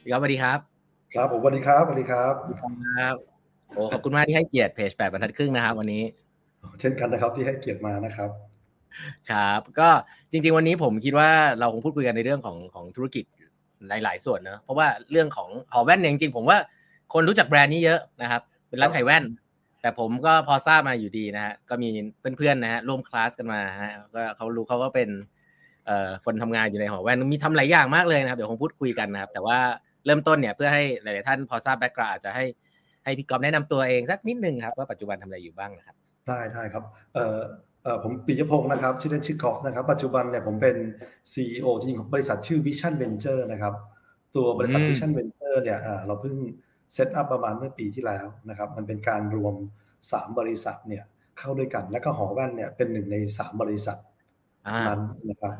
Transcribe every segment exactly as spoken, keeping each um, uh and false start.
พี่ก๊อฟสวัสดีครับครับผมสวัสดีครับสวัสดีครับครับโอ้ขอบคุณมากที่ให้เกียรติเพจแปดบรรทัดครึ่งนะครับวันนี้เช่นกันนะครับที่ให้เกียรติมานะครับครับก็จริงๆวันนี้ผมคิดว่าเราคงพูดคุยกันในเรื่องของของธุรกิจหลายๆส่วนเนอะเพราะว่าเรื่องของหอแว่นเนี่ยจริงๆผมว่าคนรู้จักแบรนด์นี้เยอะนะครับเป็นร้านขายแว่นแต่ผมก็พอทราบมาอยู่ดีนะฮะก็มีเพื่อนๆนะฮะร่วมคลาสกันมาฮะก็เขารู้เขาก็เป็นเอ่อคนทำงานอยู่ในหอแว่นมีทำหลายอย่างมากเลยนะครับเดี๋ยวคงพูดคุยกันนะครับแต่ว่าเริ่มต้นเนี่ยเพื่อให้หลายๆท่านพอทราบแบ็กกราวด์อาจจะให้ให้พี่ก๊อฟแนะนำตัวเองสักนิดนึงครับว่าปัจจุบันทำอะไรอยู่บ้างนะครับได้ได้ครับเอ่อเอ่อผมปิยพงศ์นะครับชื่อเล่นชื่อกอล์ฟนะครับปัจจุบันเนี่ยผมเป็น ซี อี โอ จริงๆของบริษัทชื่อ Vision Venture นะครับตัวบริษัท Vision Venture เนี่ยเราเพิ่งเซตอัพประมาณเมื่อปีที่แล้วนะครับมันเป็นการรวมสามบริษัทเนี่ยเข้าด้วยกันแล้วก็หอแว่นเนี่ยเป็นหนึ่งในสามบริษัทนั้นนะครับ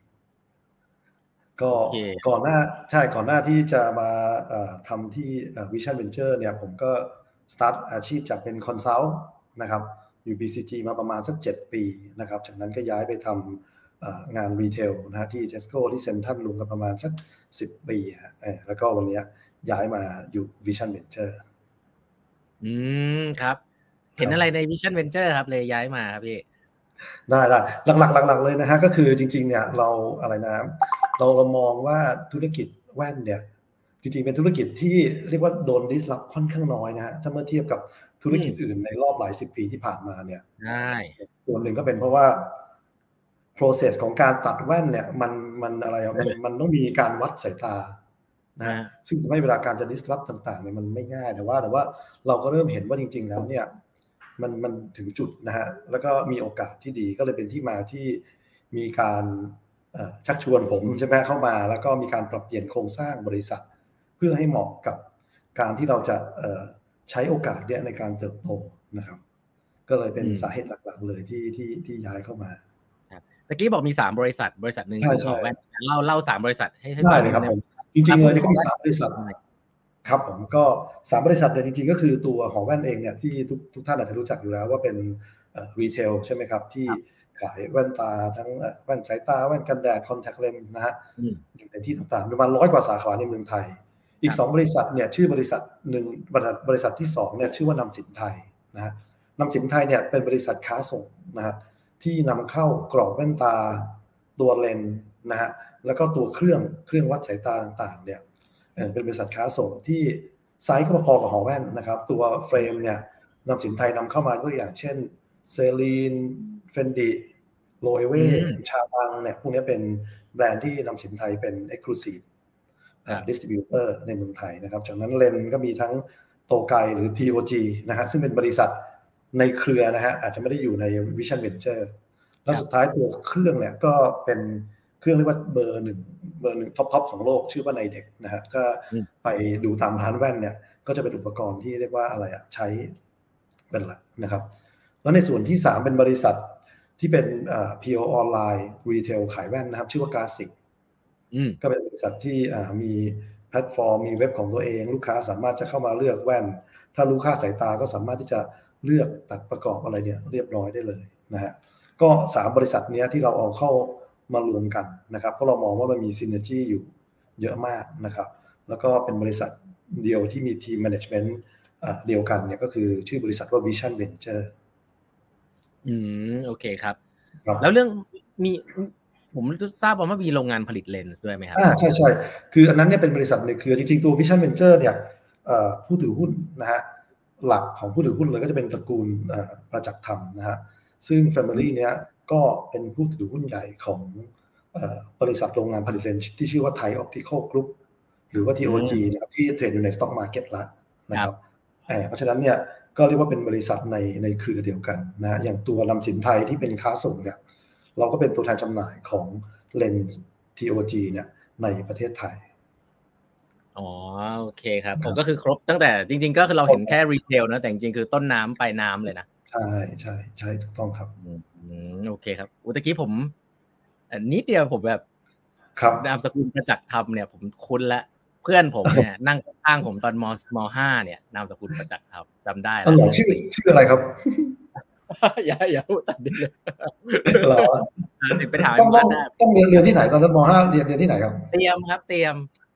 ก็ก่อนหน้าใช่ก่อนหน้าที่จะมาทำที่ Vision Venture เนี่ยผมก็สตาร์ทอาชีพจากเป็นคอนซัลท์นะครับอยู่ บี ซี จี มาประมาณสักเจ็ดปีนะครับจากนั้นก็ย้ายไปทำงานรีเทลนะฮะที่ Tesco ที่เซ็นทรัลรวมกันประมาณสักสิบปีฮะแล้วก็วันนี้ย้ายมาอยู่ Vision Venture อืมครับเห็นอะไรใน Vision Venture ครับเลยย้ายมาครับพี่ได้ได้หลักๆหลักๆเลยนะฮะก็คือจริงๆเนี่ยเราอะไรนะเราเรามองว่าธุรกิจแว่นเนี่ยจริงๆเป็นธุรกิจที่เรียกว่าโดน disrupt ค่อนข้างน้อยนะฮะถ้าเมื่อเทียบกับธุรกิจอื่นในรอบหลายสิบปีที่ผ่านมาเนี่ยใช่ส่วนหนึ่งก็เป็นเพราะว่า process ของการตัดแว่นเนี่ยมันมันอะไรมันมันต้องมีการวัดสายตานะฮะซึ่งทำให้เวลาการจะ disrupt ต่างๆเนี่ยมันไม่ง่ายแต่ว่าแต่ว่าเราก็เริ่มเห็นว่าจริงๆแล้วเนี่ยมันมันถึงจุดนะฮะแล้วก็มีโอกาสที่ดีก็เลยเป็นที่มาที่มีการชักชวนผมใช่ไหมเข้ามาแล้วก็มีการปรับเปลี่ยนโครงสร้างบริษัทเพื่อให้เหมาะกับการที่เราจะใช้โอกาสเนี้ยในการเติบโตนะครับก็เลยเป็นสาเหตุหลักๆเลยที่ที่ที่ย้ายเข้ามาครับเมื่อกี้บอกมีสามบริษัทบริษัทนึงคือหอแว่นเล่าเล่าสามบริษัทให้ให้ฟังเลยครับผมจริงๆเลยก็มีสามบริษัทครับผมก็สามบริษัทเนี่ยจริงๆก็คือตัวหอแว่นเองเนี่ยที่ทุกทุกท่านอาจจะรู้จักอยู่แล้วว่าเป็นเอ่อรีเทลใช่ไหมครับที่ขายแว่นตาทั้งแว่นสายตาแว่นกันแดดคอนแทคเลนส์นะฮะอยู่ในที่ต่างๆประมาณร้อยกว่าสาขาในเมืองไทยอีกสองบริษัทเนี่ยชื่อบริษัทหนึ่งบริษัทบริษัทที่สองเนี่ยชื่อว่านำสินไทยนะฮะนำสินไทยเนี่ยเป็นบริษัทค้าส่งนะฮะที่นำเข้ากรอบแว่นตาตัวเลนส์นะฮะแล้วก็ตัวเครื่องเครื่องวัดสายตาต่างๆเนี่ยเป็นบริษัทค้าส่งที่ไซส์ก็พอๆกับหอแว่นนะครับตัวเฟรมเนี่ยนำสินไทยนำเข้ามาตัวอย่างเช่นเซรีนเฟนดิโลเอเวชาบังเนี่ยพวกนี้เป็นแบรนด์ที่นำสินไทยเป็น Exclusive Distributor ในเมืองไทยนะครับจากนั้นเลนก็มีทั้งโตไกหรือ ที โอ จี นะฮะซึ่งเป็นบริษัทในเครือนะฮะอาจจะไม่ได้อยู่ใน Vision Venture แล้วสุดท้ายตัวเครื่องเนี่ยก็เป็นเครื่องเรียกว่าเบอร์หนึ่งเบอร์หนึ่งท็อปๆของโลกชื่อว่าไนเด็กนะฮะถ้าไปดูตามร้านแว่นเนี่ยก็จะเป็นอุปกรณ์ที่เรียกว่าอะไรอะใช้เป็นหลักนะครับแล้วในส่วนที่สามเป็นบริษัทที่เป็น พี โอ ออนไลน์รีเทลขายแว่นนะครับชื่อว่ากราสิกก็เป็นบริษัทที่มีแพลตฟอร์มมีเว็บของตัวเองลูกค้าสามารถจะเข้ามาเลือกแว่นถ้ารู้ค่าสายตาก็สามารถที่จะเลือกตัดประกอบอะไรเนี่ยเรียบร้อยได้เลยนะฮะก็สามบริษัทนี้ที่เราเอาเข้ามารวมกันนะครับเพราะเรามองว่ามันมีซินเนอร์จีอยู่เยอะมากนะครับแล้วก็เป็นบริษัทเดียวที่มีทีมแมネจเมนต์เดียวกันเนี่ยก็คือชื่อบริษัทว่า Vision Venture อืมโอเคครับแล้วเรื่องมีผมทราบว่ามีโรงงานผลิตเลนส์ด้วยไหมครับอ่าใช่ใช่คืออันนั้นเนี่ยเป็นบริษัทในเครือจริงๆตัว Vision Venture เนี่ยผู้ถือหุ้นนะฮะหลักของผู้ถือหุ้นเลยก็จะเป็นตระกูลประจักษ์ธรรมนะฮะซึ่ง Family เนี้ยก็เป็นผู้ถือหุ้นใหญ่ของบริษัทโรงงานผลิตเลนส์ที่ชื่อว่า Thai Optical Group หรือว่า ที โอ จี นะครับที่เทรดอยู่ใน Stock Market แล้วนะครับเพราะฉะนั้นเนี่ยก็เรียกว่าเป็นบริษัทในในเครือเดียวกันนะอย่างตัวนำสินไทยที่เป็นค้าส่งเนี่ยเราก็เป็นตัวแทนจำหน่ายของเลนส์ ที โอ จี เนี่ยในประเทศไทยอ๋อโอเคครับผมก็คือครบตั้งแต่จริงๆก็คือเราเห็นแค่รีเทลนะแต่จริงๆคือต้นน้ำปลายน้ำเลยนะใช่ใช่ใช่ถูกต้องครับอืมโอเคครับอุตะกี้ผมนิดเดียวผมแบบนามสกุลประจักษ์ธรรมเนี่ยผมคุ้นละเพื่อนผมเนี่ยนั่งข้างผมตอนมมห้าเนี่ยนามสกุลประจักษ์ธรรมจำได้แล้วชื่อชื่ออะไรครับอย่าอย่าพูดตัดดิเลยเหรอไปถามต้องต้องต้องเรียนเรียนที่ไหนตอนนั้นม.ห้า เรียนเรียนที่ไหนครับเตรียมครับเตรียม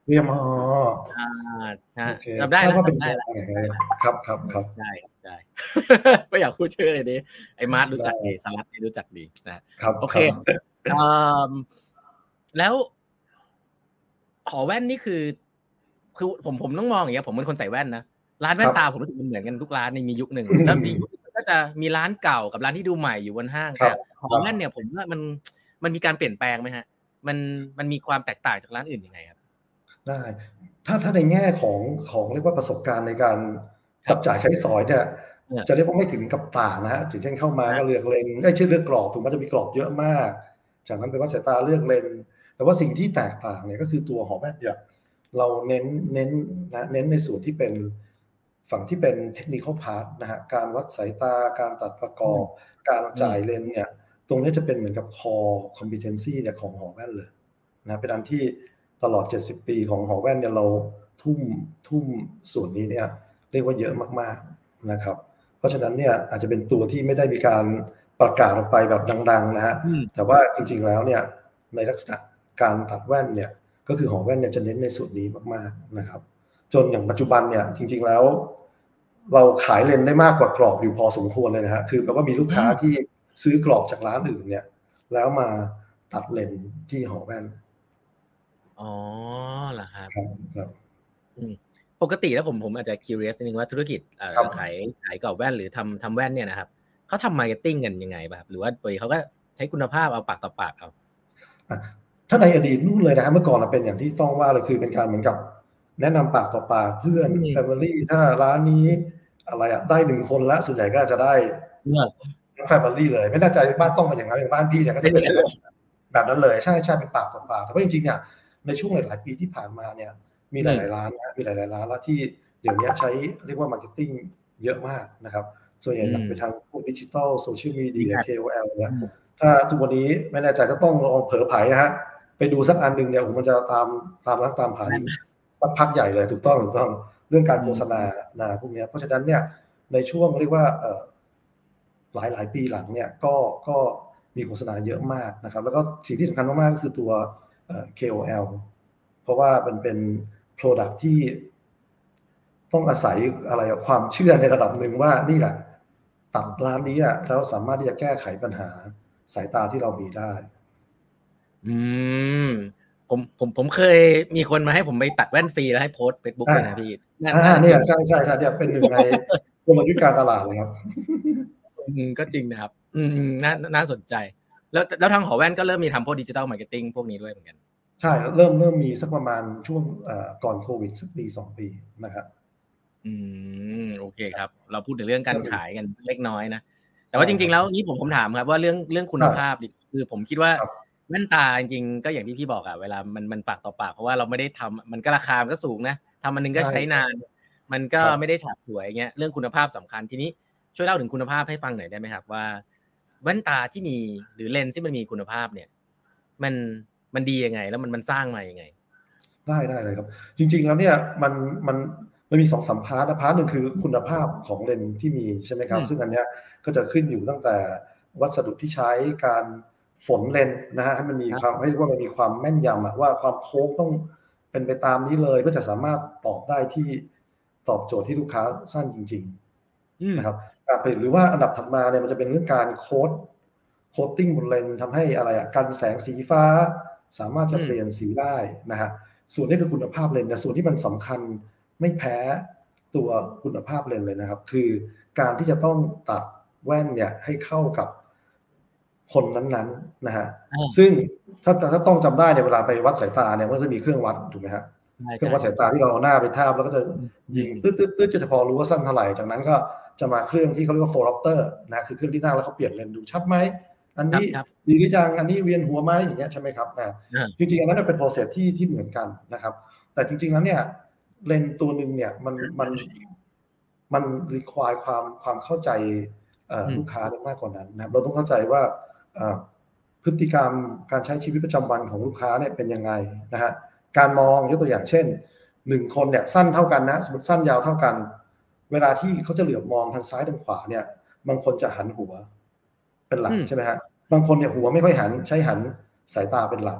วี เอ็ม อ๋ออ่าฮะโอเคจำได้แล้วทราบว่าเป็นจำได้แล้วแบรนด์อะไรครับครับครับได้ครับได้ ไม่อยากพูดชื่อเลยดิไอ้มาร์ทรู้จักดีสลัดนี่รู้จักดีนะครับโอเคครับเอ่อแล้วหอแว่นนี่คือคือผมผมต้องมองอย่างเงี้ยผมเป็นคนใส่แว่นนะร้านแว่นตาผมรู้สึกมันเหมือนกันทุกร้านในมียุคหนึ่งแล้วมียุคก็จะมีร้านเก่ากับร้านที่ดูใหม่อยู่บนห้างแต่หอแว่นเนี่ยผมว่ามันมันมีการเปลี่ยนแปลงไหมฮะมันมันมีความแตกต่างจากร้านอื่นยังไงครับได้ถ้าถ้าในแง่ของของเรียกว่าประสบการณ์ในการจับจ่ายใช้สอยเนี่ยจะเรียกว่าไม่ถึงกับต่างนะฮะอย่างเช่นเข้ามาก็เลือกเลนได้ชื่อเลือกกรอบถูกไหมจะมีกรอบเยอะมากจากนั้นไปวัดสายตาเลือกเลนแต่ว่าสิ่งที่แตกต่างเนี่ยก็คือตัวหอแว่นเนี่ยเราเน้นเน้นนะเน้นในส่วนที่เป็นฝั่งที่เป็นเทคนิคอลพาร์ทนะฮะการวัดสายตาการตัดประกอบการจ่ายเลนเนี่ยตรงนี้จะเป็นเหมือนกับ core competency เนี่ยของหอแว่นเลยนะเป็นอันที่ตลอดเจ็ดสิบปีของหอแว่นเนี่ยเราทุ่มทุ่มส่วนนี้เนี่ยเรียกว่าเยอะมากๆนะครับเพราะฉะนั้นเนี่ยอาจจะเป็นตัวที่ไม่ได้มีการประกาศออกไปแบบดังๆนะฮะแต่ว่าจริงๆแล้วเนี่ยในลักษณะการตัดแว่นเนี่ยก็คือหอแว่นเนี่ยจะเน้นในส่วนนี้มากๆนะครับจนอย่างปัจจุบันเนี่ยจริงๆแล้วเราขายเลนส์ได้มากกว่ากรอบอยู่พอสมควรเลยนะฮะคือแปลว่ามีลูกค้าที่ซื้อกรอบจากร้านอื่นเนี่ยแล้วมาตัดเลนส์ที่หอแว่นอ๋อเหรอครับครับปกติแล้วผมผมอาจจะ curious นิดนึงว่าธุรกิจขายขายกรอบแว่นหรือทำทำแว่นเนี่ยนะครับเขาทำมาร์เก็ตติ้งกันยังไงแบบหรือว่าโดยเขาก็ใช้คุณภาพเอาปากต่อปากเอาถ้าในอดีตนู่นเลยนะเมื่อก่อนเป็นอย่างที่ต้องว่าเลยคือเป็นการเหมือนกับแนะนำปากต่อปากเพื่อนแฟมิลี่ถ้าร้านนี้อะไรอ่ะได้หนึ่งคนละส่วนใหญ่ก็จะได้แฟมิลี่เลยไม่แน่ใจบ้านต้องเป็นอย่างไรอย่างบ้านพี่เนี่ยก็จะเป็นแบบนั้นเลยใช่ใช่เป็นปากต่อปากแต่ว่าจริงๆเนี่ยในช่วงหลายๆปีที่ผ่านมาเนี่ยมีหลายๆร้านนะมีหลายๆร้านแล้วที่เดี๋ยวนี้ใช้เรียกว่ามาร์เก็ตติ้งเยอะมากนะครับส่วนใหญ่หลักไปทางพวกดิจิทัลโซเชียลมีเดีย เค โอ แอล เนี่ยถ้าทุกวันนี้ไม่แน่ใจก็ต้องลองเผลอไผ่นะฮะไปดูสักอันหนึ่งเนี่ยผมมันจะตามตามรักตามผ่านสักพักใหญ่เลยถูกต้องถูกต้องเรื่องการโฆษณานะพวกนี้เพราะฉะนั้นเนี่ยในช่วงเรียกว่าหลายหลายปีหลังเนี่ยก็ก็มีโฆษณาเยอะมากนะครับแล้วก็สิ่งที่สำคัญมากๆก็คือตัว เค โอ แอล เพราะว่ามันเป็น product ที่ต้องอาศัยอะไรความเชื่อในระดับหนึ่งว่านี่แหละตัดร้านนี้อ่ะแล้วสามารถที่จะแก้ไขปัญหาสายตาที่เรามีได้อืมผมผมผมเคยมีคนมาให้ผมไปตัดแว่นฟรีแล้วให้โพสต์ Facebook เลยนะพี่อ่าเนี่ยใช่ใช่ใช่เนี่ยเป็นหนึ่งในกลยุทธ์การตลาดเลยครับอืมก็จริงนะครับอืมน่าน่าสนใจแล้วแล้วทางหอแว่นก็เริ่มมีทำพวกดิจิทัลมาร์เก็ตติ้งพวกนี้ด้วยเหมือนกันใช่เริ่มเริ่มมีสักประมาณช่วงก่อนโควิดสักปีสองปีนะครับอืมโอเคครับเราพูดถึงเรื่องการขายกันเล็กน้อยนะแต่ว่าจริงๆแล้วนี่ผมผมถามครับว่าเรื่องเรื่องคุณภาพดิคือผมคิดว่าแว่นตาจริงๆก็อย่างที่พี่บอกอะเวลามันมันปากต่อปากเพราะว่าเราไม่ได้ทำมันก็ราคามันก็สูงนะทำมันนึงก็ใช้นานมันก็ไม่ได้ฉาบฉวยเงี้ยเรื่องคุณภาพสำคัญทีนี้ช่วยเล่าถึงคุณภาพให้ฟังหน่อยได้ไหมครับว่าแว่นตาที่มีหรือเลนส์ที่มันมีคุณภาพเนี่ยมันมันดียังไงแล้วมันมันสร้างมายังไงได้ได้เลยครับจริงๆแล้วเนี่ยมันมันมันมีสองสามพาร์ทนะพาร์ทหนึ่งคือคุณภาพของเลนส์ที่มีใช่ไหมครับซึ่งอันเนี้ยก็จะขึ้นอยู่ตั้งแต่วัสดุที่ใช้การฝนเลนส์นะฮะให้มันมีความให้เรียกว่ามันมีความแม่นยำว่าความโค้งต้องเป็นไปตามนี้เลยก็จะสามารถตอบได้ที่ตอบโจทย์ที่ลูกค้าสั้นจริงๆนะครับการผลิตหรือว่าอันดับถัดมาเนี่ยมันจะเป็นเรื่องการโค้ดโคตติ้งบนเลนส์ทำให้อะไรอ่ะกันแสงสีฟ้าสามารถจะเปลี่ยนสีได้นะฮะส่วนนี้คือคุณภาพเลนส์นะส่วนที่มันสำคัญไม่แพ้ตัวคุณภาพเลนส์เลยนะครับคือการที่จะต้องตัดแว่นเนี่ยให้เข้ากับคนนั้นๆนะฮะซึ่งถ้าถ้าต้องจำได้ในเวลาไปวัดสายตาเนี่ยมันจะมีเครื่องวัดถูกไหมฮะเครื่องวัดสายตาที่เราเอาหน้าไปทาบแล้วก็จะยิงตึ๊ดตึ๊ดตึ๊ดจะพอรู้ว่าสั้นเท่าไหร่จากนั้นก็จะมาเครื่องที่เขาเรียกว่าโฟลอปเตอร์นะคือเครื่องที่หน้าแล้วเขาเปลี่ยนเลนส์ดูชัดไหมอันนี้ดีหรือยังอันนี้เวียนหัวไหมอย่างเงี้ยใช่ไหมครับอ่าจริงๆอันนั้นเป็นโปรเซสที่ที่เหมือนกันนะครับแต่จริงๆแล้วเนี่ยเลนส์ตัวหนึ่งเนี่ยมันมันมันรีควายความความเข้าใจลูกค้าได้มากกว่านั้นนะครับเราต้องเข้าใจว่าพฤติกรรมการใช้ชีวิตประจำวันของลูกค้าเนี่ยเป็นยังไงนะฮะการมองยกตัวอย่างเช่นหนึ่งคนเนี่ยสั้นเท่ากันนะสมมติสั้นยาวเท่ากันเวลาที่เขาจะเหลือบมองทางซ้ายทางขวาเนี่ยบางคนจะหันหัวเป็นหลักใช่ไหมฮะบางคนเนี่ยหัวไม่ค่อยหันใช้หันสายตาเป็นหลัก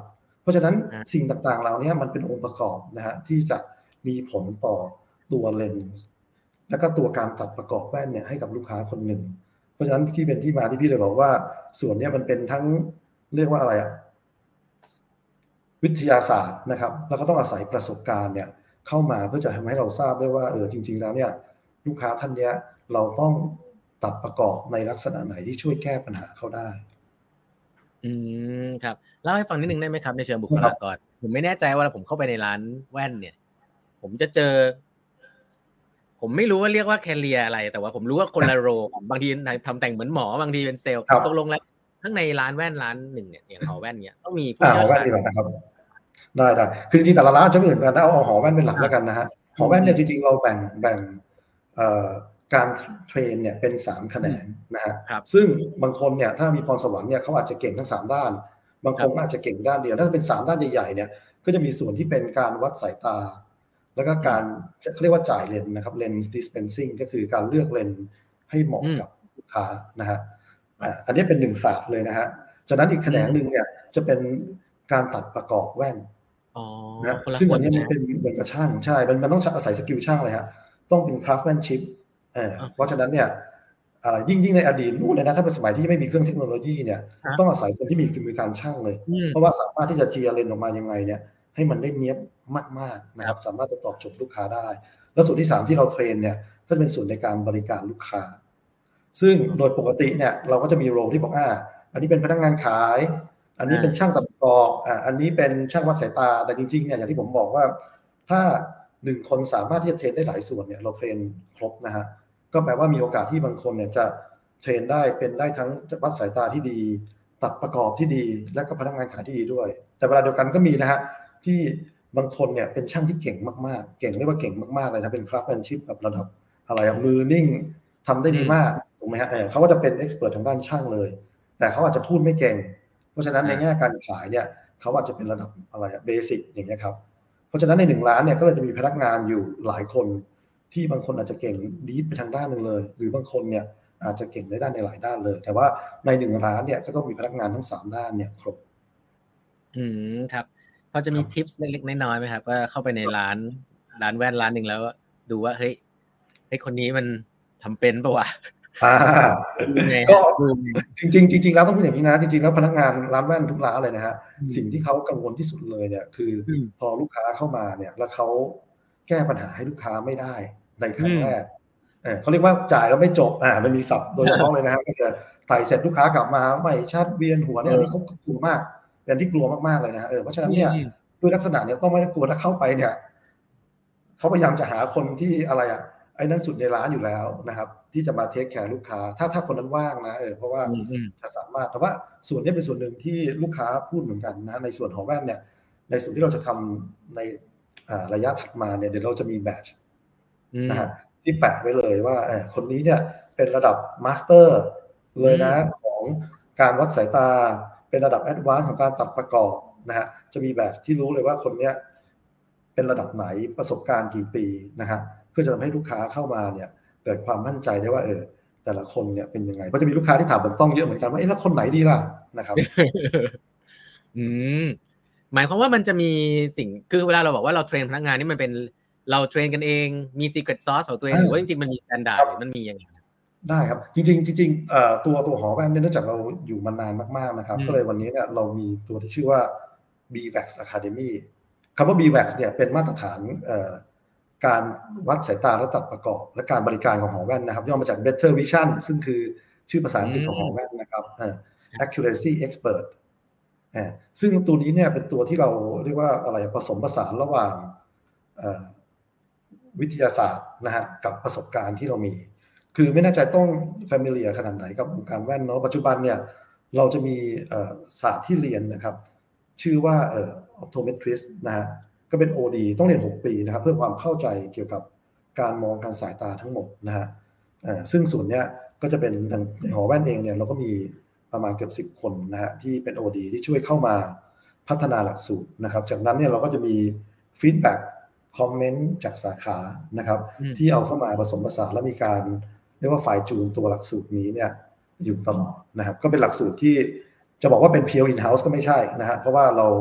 เพราะฉะนั้นสิ่งต่างๆเหล่านี้มันเป็นองค์ประกอบนะฮะที่จะมีผลต่อตัวเลนส์แล้วก็ตัวการตัดประกอบแว่นเนี่ยให้กับลูกค้าคนหนึ่งเพราะฉะนั้นที่เป็นที่มาที่พี่เลยบอกว่าส่วนนี้มันเป็นทั้งเรียกว่าอะไรอะวิทยาศาสตร์นะครับแล้วก็ต้องอาศัยประสบการณ์เนี่ยเข้ามาเพื่อจะทำให้เราทราบได้ว่าเออจริงๆแล้วเนี่ยลูกค้าท่านเนี้ยเราต้องตัดประกอบในลักษณะไหนที่ช่วยแก้ปัญหาเขาได้อืมครับเล่าให้ฟังนิดนึงได้ไหมครับในเชิงบุคลากรผมไม่แน่ใจว่าผมเข้าไปในร้านแว่นเนี่ยผมจะเจอผมไม่รู้ว่าเรียกว่าแคเรียอะไรแต่ว่าผมรู้ว่าคนละโรบางทีทำแต่งเหมือนหมอบางทีเป็นเซลล์ตกลงแล้วข้างในร้านแว่นร้านหนึ่งเนี่ยอย่างหอแว่นเนี่ยต้องมีผู้เชี่ยวชาญนะครับได้ได้คือจริงๆแต่ละร้านจะไม่เหมือนกันนะเอาหอแว่นเป็นหลักแล้วกันนะฮะหอแว่นเนี่ยจริงๆเราแบ่งแบ่งการเทรนเนี่ยเป็นสามแขนงนะฮะซึ่งบางคนเนี่ยถ้ามีพรสวรรค์เนี่ยเขาอาจจะเก่งทั้งสามด้านบางคนอาจจะเก่งด้านเดียวถ้าเป็นสามด้านใหญ่ๆเนี่ยก็จะมีส่วนที่เป็นการวัดสายตาแล้วก็การเขาเรียกว่าจ่ายเลนส์นะครับ lens dispensing ก็คือการเลือกเลนส์ให้เหมาะกับลูกค้านะฮะอันนี้เป็นหนึ่งศาสตร์เลยนะฮะจากนั้นอีกแขนงหนึ่งเนี่ยจะเป็นการตัดประกอบแว่นนะซึ่งอันนี้มันเป็นเหมือนกับช่างใช่มันมันต้องอาศัยสกิลช่างเลยฮะต้องเป็น craftsmanship เออเพราะฉะนั้นเนี่ยอะไรยิ่งยิ่งในอดีตนู่นเลยนะถ้าเป็นสมัยที่ไม่มีเครื่องเทคโนโลยีเนี่ยต้องอาศัยคนที่มีฝีมือการช่างเลยเพราะว่าสามารถที่จะเจียเลนส์ออกมายังไงเนี่ยให้มันได้เนี๊ยบมากๆนะครับสามารถจะตอบโจทย์ลูกค้าได้แล้วส่วนที่สามที่เราเทรนเนี่ยก็จะเป็นส่วนในการบริการลูกค้าซึ่งโดยปกติเนี่ยเราก็จะมีโรลที่บอกอ่าอันนี้เป็นพนักงานขายอันนี้เป็นช่างตัดประกอบอ่าอันนี้เป็นช่างวัดสายตาแต่จริงๆเนี่ยอย่างที่ผมบอกว่าถ้าหนึ่งคนสามารถที่จะเทรนได้หลายส่วนเนี่ยเราเทรนครบนะฮะก็แปลว่ามีโอกาสที่บางคนเนี่ยจะเทรนได้เป็นได้ทั้งวัดสายตาที่ดีตัดประกอบที่ดีและก็พนักงานขายที่ดีด้วยแต่เวลาเดียวกันก็มีนะฮะที่บางคนเนี่ยเป็นช่างที่เก่งมากๆเก่งเรียกว่าเก่งมากๆเลยนะเป็น craftsmanship แบบระดับอะไรมือนิ่งทำได้ดีมากถูกไหมฮะเขาก็จะเป็น expert ทางด้านช่างเลยแต่เขาอาจจะพูดไม่เก่งเพราะฉะนั้นในแง่การขายเนี่ยเขาอาจจะเป็นระดับอะไรเบสิกอย่างเงี้ยครับเพราะฉะนั้นในหนึ่งร้านเนี่ยก็เลยจะมีพนักงานอยู่หลายคนที่บางคนอาจจะเก่งดีไปทางด้านนึงเลยหรือบางคนเนี่ยอาจจะเก่งในด้านในหลายด้านเลยแต่ว่าในหนึ่งร้านเนี่ยก็ต้องมีพนักงานทั้งสามด้านเนี่ยครบอืมครับพอจะมีทิปส์เล็กๆน้อยๆไหมครับว่าเข้าไปในร้านร้านแว่นร้านหนึ่งแล้วดูว่าเฮ้ยไอ้คนนี้มันทำเป็นปะวะก็จริงๆจริงๆแล้วต้องพูดอย่างนี้นะจริงๆแล้วพนักงานร้านแว่นทุกร้านเลยนะฮะสิ่งที่เขากังวลที่สุดเลยเนี่ยคือพอลูกค้าเข้ามาเนี่ยแล้วเขาแก้ปัญหาให้ลูกค้าไม่ได้ในครั้งแรกเขาเรียกว่าจ่ายแล้วไม่จบอ่ามันมีศัพท์โดยเฉพาะเลยนะฮะก็คือถ่ายเสร็จลูกค้ากลับมาไม่ชัดเวียนหัวเนี่ยอันนี้เขากลัวมากเป็นที่กลัวมากๆเลยนะเออเพราะฉะนั้นเนี่ยด้วยลักษณะเนี่ยต้องไม่ได้กลัวถ้าเข้าไปเนี่ยเขาพยายามจะหาคนที่อะไรอ่ะไอ้นั่นสุดในร้านอยู่แล้วนะครับที่จะมาเทคแคร์ลูกค้าถ้าถ้าคนนั้นว่างนะเออเพราะว่าจะสามารถแต่ว่าส่วนนี้เป็นส่วนหนึ่งที่ลูกค้าพูดเหมือนกันนะในส่วนของแว่นเนี่ยในส่วนที่เราจะทำในระยะถัดมาเนี่ยเดี๋ยวเราจะมีแบตช์นะฮะที่แปะไว้เลยว่าเออคนนี้เนี่ยเป็นระดับมาสเตอร์เลยนะของการวัดสายตาเป็นระดับแอดวานซ์ของการตัดประกอบนะฮะจะมีแบตช์ที่รู้เลยว่าคนเนี้ยเป็นระดับไหนประสบการณ์กี่ปีนะฮะเพื่อจะทำให้ลูกค้าเข้ามาเนี่ยเกิดความมั่นใจได้ว่าเออแต่ละคนเนี่ยเป็นยังไงก็จะมีลูกค้าที่ถามบนต้องเยอะเหมือนกันว่าเอ๊ะแล้วคนไหนดีล่ะนะครับอืมหมายความว่ามันจะมีสิ่งคือเวลาเราบอกว่าเราเทรนพนักงานนี่มันเป็นเราเทรนกันเองมี secret sauce ของตัวเองหรือว่าจริงๆมันมี standard หรือมันมียังไงได้ครับจริงๆจริงๆตัวตัวหอแว่นเนี่ยเนื่องจากเราอยู่มานานมากๆนะครับก็เลยวันนี้เนี่ยเรามีตัวที่ชื่อว่า บี แว็กซ์ Academy คำว่า บี แว็กซ์ เนี่ยเป็นมาตรฐานการวัดสายตาและตัดประกอบและการบริการของหอแว่นนะครับย่อมาจาก Better Vision ซึ่งคือชื่อภาษาอังกฤษของหอแว่นนะครับ Accuracy Expert ซึ่งตัวนี้เนี่ยเป็นตัวที่เราเรียกว่าอะไรผสมผสานระหว่างวิทยาศาสตร์นะฮะกับประสบการณ์ที่เรามีคือไม่แน่ใจต้อง familiar ขนาดไหนกับวงการแว่นเนาะปัจจุบันเนี่ยเราจะมีศาสตร์ที่เรียนนะครับชื่อว่า optometrist นะฮะก็เป็น โอ ดี ต้องเรียนหกปีนะครับเพื่อความเข้าใจเกี่ยวกับการมองการสายตาทั้งหมดนะฮะซึ่งส่วนเนี้ยก็จะเป็นในหอแว่นเองเนี่ยเราก็มีประมาณเกือบสิบคนนะฮะที่เป็น โอ ดี ที่ช่วยเข้ามาพัฒนาหลักสูตรนะครับจากนั้นเนี่ยเราก็จะมีฟีดแบ็กคอมเมนต์จากสาขานะครับที่เอาเข้ามาผสมผสานและมีการเรียกว่าฝ่ายจูนตัวหลักสูตรนี้เนี่ยอยู่ตลอดนะครับก็เป็นหลักสูตรที่จะบอกว่าเป็น pure in house ก็ไม่ใช่นะฮะเพราะว่าเรา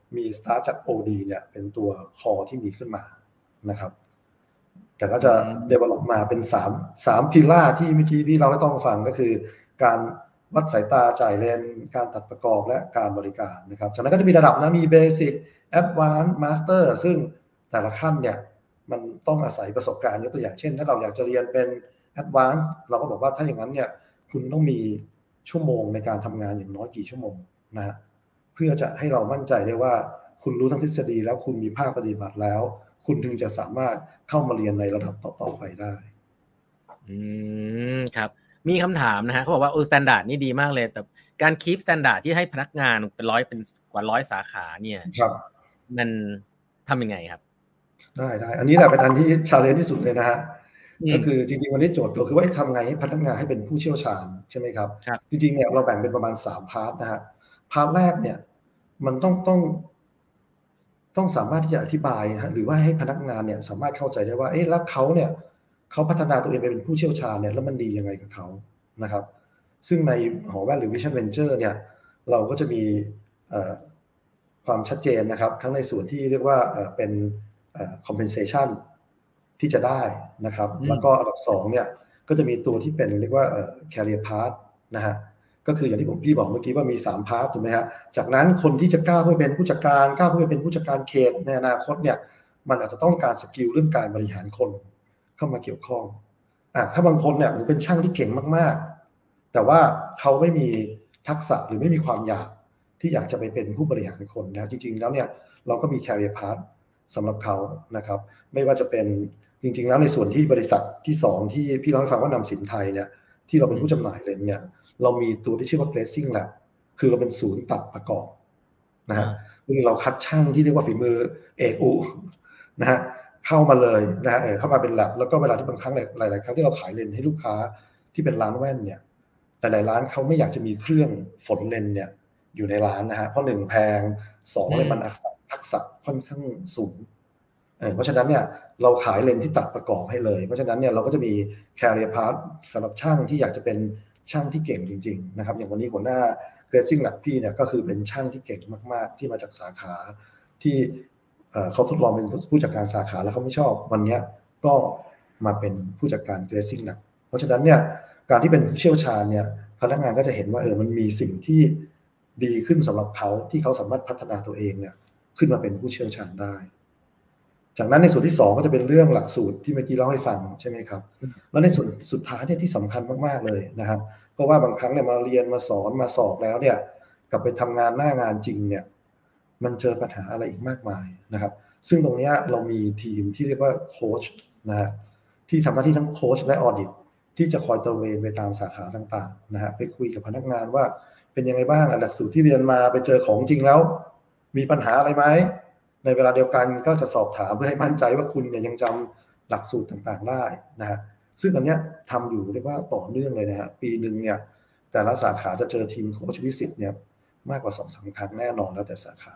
มี start จาก โอ ดี เนี่ยเป็นตัว core ที่มีขึ้นมานะครับแต่ก็จะ develop มาเป็น3 3 pillar ที่เมื่อกี้พี่เราก็ต้องฟังก็คือการวัดสายตาจ่ายเลนการตัดประกอบและการบริการนะครับจากนั้นก็จะมีระดับนะมี basic advanced master ซึ่งแต่ละขั้นเนี่ยมันต้องอาศัยประสบการณ์ยกตัวอย่างเช่นถ้าเราอยากจะเรียนเป็น advanced เราก็บอกว่าถ้าอย่างนั้นเนี่ยคุณต้องมีชั่วโมงในการทำงานอย่างน้อยกี่ชั่วโมงนะฮะเพื่อจะให้เรามั่นใจได้ว่าคุณรู้ทั้งทฤษฎีแล้วคุณมีภาคปฏิบัติแล้วคุณถึงจะสามารถเข้ามาเรียนในระดับต่อๆไปได้อืมครับมีคำถามนะฮะเขาบอกว่าโอ้สแตนดาร์ดนี่ดีมากเลยแต่การคีปสแตนดาร์ดที่ให้พนักงานเป็นร้อยเป็นกว่าร้อยสาขาเนี่ยครับมันทำยังไงครับได้ได้อันนี้แหละเป็นอันที่ชาเลนจ์ที่สุดเลยนะฮะก็คือจริงๆวันนี้โจทย์ก็คือว่าทำไงให้พนักงานให้เป็นผู้เชี่ยวชาญใช่ไหมครับจริงๆเนี่ยเราแบ่งเป็นประมาณสามพาร์ทนะฮะพาร์ทแรกเนี่ยมันต้องต้องต้องสามารถที่จะอธิบายหรือว่าให้พนักงานเนี่ยสามารถเข้าใจได้ว่าเอ๊ะแล้วเขาเนี่ยเขาพัฒนาตัวเองไปเป็นผู้เชี่ยวชาญเนี่ยแล้วมันดียังไงกับเขานะครับซึ่งในหอแว่นหรือ Vision Venture เนี่ยเราก็จะมีความชัดเจนนะครับทั้งในส่วนที่เรียกว่าเป็น compensation ที่จะได้นะครับแล้วก็อันดับสองเนี่ยก็จะมีตัวที่เป็นเรียกว่า career path นะฮะก็คืออย่างที่ผมพี่บอกเมื่อกี้ว่ามีสามพาร์ทถูกไหมฮะจากนั้นคนที่จะก้าวขึ้นไปเป็นผู้จัดการก้าวขึ้นไปเป็นผู้จัดการเขตในอนาคตเนี่ยมันอาจจะต้องการสกิลเรื่องการบริหารคนเข้ามาเกี่ยวข้องอ่ะถ้าบางคนเนี่ยหรือเป็นช่างที่เก่งมากๆแต่ว่าเขาไม่มีทักษะหรือไม่มีความอยากที่อยากจะไปเป็นผู้บริหารคนนะจริงๆแล้วเนี่ยเราก็มี career path สำหรับเขานะครับไม่ว่าจะเป็นจริงๆแล้วในส่วนที่บริษัทที่สองที่พี่เล่าให้ฟังว่านำสินไทยเนี่ยที่เราเป็นผู้จำหน่ายเลนเนี่ยเรามีตัวที่ชื่อว่า Glazing Lab คือเราเป็นศูนย์ตัดประกอบนะฮะคือเราคัดช่างที่เรียกว่าฝีมือเอกอุนะฮะเข้ามาเลยนะฮะเข้ามาเป็น lab แล้วก็เวลาที่บางครั้งหลายๆครั้งที่เราขายเลนส์ให้ลูกค้าที่เป็นร้านแว่นเนี่ยหลายๆร้านเขาไม่อยากจะมีเครื่องฝนเลนส์เนี่ยอยู่ในร้านนะฮะเพราะหนึ่งแพงสองเลยมันทักษะค่อนข้างสูงเพราะฉะนั้นเนี่ยเราขายเลนส์ที่ตัดประกอบให้เลยเพราะฉะนั้นเนี่ยเราก็จะมี career path สำหรับช่างที่อยากจะเป็นช่างที่เก่งจริงๆนะครับอย่างวันนี้หัวหน้า Glazing Lab พี่เนี่ยก็คือเป็นช่างที่เก่งมากๆที่มาจากสาขาที่เขาทดลองเป็นผู้จัดการสาขาแล้วเขาไม่ชอบวันนี้ก็มาเป็นผู้จัดการ Glazing Lab เพราะฉะนั้นเนี่ยการที่เป็นผู้เชี่ยวชาญเนี่ยพนักงานก็จะเห็นว่าเออมันมีสิ่งที่ดีขึ้นสำหรับเขาที่เขาสามารถพัฒนาตัวเองเนี่ยขึ้นมาเป็นผู้เชี่ยวชาญได้จากนั้นในส่วนที่สองก็จะเป็นเรื่องหลักสูตรที่เมื่อกี้เล่าให้ฟังใช่ไหมครับแล้วในส่วนสุดท้ายเนี่ยที่สำคัญมากๆเลยนะครับเพราะว่าบางครั้งเนี่ยมาเรียนมาสอนมาสอบแล้วเนี่ยกลับไปทำงานหน้างานจริงเนี่ยมันเจอปัญหาอะไรอีกมากมายนะครับซึ่งตรงนี้เรามีทีมที่เรียกว่าโค้ชนะฮะที่ทำหน้าที่ทั้งโค้ชและออดิตที่จะคอยตระเวนไปตามสาขาต่างๆนะฮะไปคุยกับพนักงานว่าเป็นยังไงบ้างหลักสูตรที่เรียนมาไปเจอของจริงแล้วมีปัญหาอะไรไหมในเวลาเดียวกันก็จะสอบถามเพื่อให้มั่นใจว่าคุณเนี่ยยังจำหลักสูตรต่างๆได้นะฮะซึ่งอันเนี้ยทำอยู่เรียกว่าต่อเนื่องเลยนะฮะปีหนึ่งเนี่ยแต่ละสาขาจะเจอทีมโค้ชวิสิตเนี่ยมากกว่าสองสามครั้งแน่นอนแล้วแต่สาขา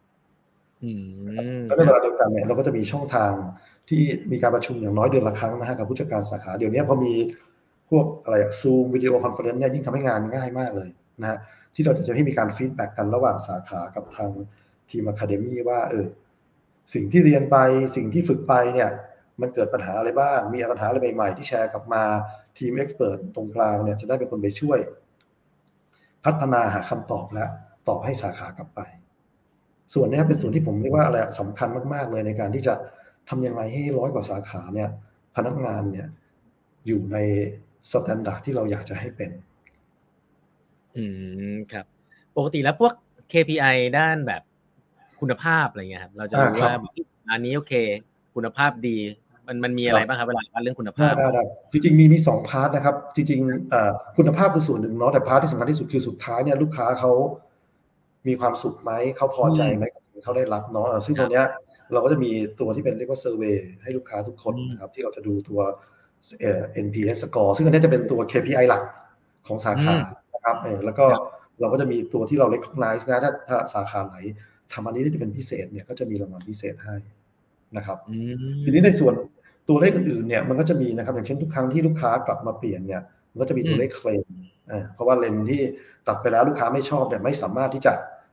แล้วในเวลาเดียวกันเนี่ยเราก็จะมีช่องทางที่มีการประชุมอย่างน้อยเดือนละครั้งนะฮะกับผู้จัดการสาขาเดี๋ยวนี้พอมีพวกอะไรอะซูมวิดีโอคอนเฟอเรนซ์เนี่ยยิ่งทำให้งานง่ายมากเลยนะฮะที่เราจะให้มีการฟีดแบ็กกันระหว่างสาขากับทางทีมอะคาเดมี่ว่าเออสิ่งที่เรียนไปสิ่งที่ฝึกไปเนี่ยมันเกิดปัญหาอะไรบ้างมีปัญหาอะไรใหม่ๆที่แชร์กลับมาทีมเอ็กซ์เพิร์ทตรงกลางเนี่ยจะได้เป็นคนไปช่วยพัฒนาหาคำตอบและตอบให้สาขากลับไปส่วนนี้เป็นส่วนที่ผมเรียกว่าอะไรสำคัญมากๆเลยในการที่จะทำยังไงให้ร้อยกว่าสาขาเนี่ยพนักงานเนี่ยอยู่ในสแตนดาร์ดที่เราอยากจะให้เป็นอืมครับปกติแล้วพวก เค พี ไอ ด้านแบบคุณภาพอะไรเงี้ยครับเราจะรู้ว่าอันนี้โอเคคุณภาพดีมันมันมีอะไรบ้างครับเวลาเรื่องคุณภาพได้ได้จริงๆมีมีสองพาร์ทนะครับจริงๆคุณภาพคือส่วนหนึ่งเนาะแต่พาร์ทที่สำคัญที่สุดคือสุดท้ายเนี่ยลูกค้าเขามีความสุขไหมเขาพอใจไหมกับสิ่งที่เขาได้รับเนาะซึ่งตรงเนี้ยเราก็จะมีตัวที่เป็นเรียกว่าเซอร์เวย์ให้ลูกค้าทุกคนนะครับที่เราจะดูตัวเอ่อ เอ็น พี เอส score ซึ่งอันนี้จะเป็นตัว เค พี ไอ หลักของสาขานะครับเออแล้วก็เราก็จะมีตัวที่เรา recognize นะถ้าถ้าสาขาไหนทำอันนี้ได้เป็นพิเศษเนี่ยก็จะมีรางวัลพิเศษให้นะครับทีนี้ในส่วนตัวเลขอื่นๆเนี่ยมันก็จะมีนะครับอย่างเช่นทุกครั้งที่ลูกค้ากลับมาเปลี่ยนเนี่ยมันก็จะมีตัวเลขเคลมเพราะว่าเลนส์ที่ตัดไปแล้วลูกค้าไม่ชอบเนี่ยไม่สามารถที่จะ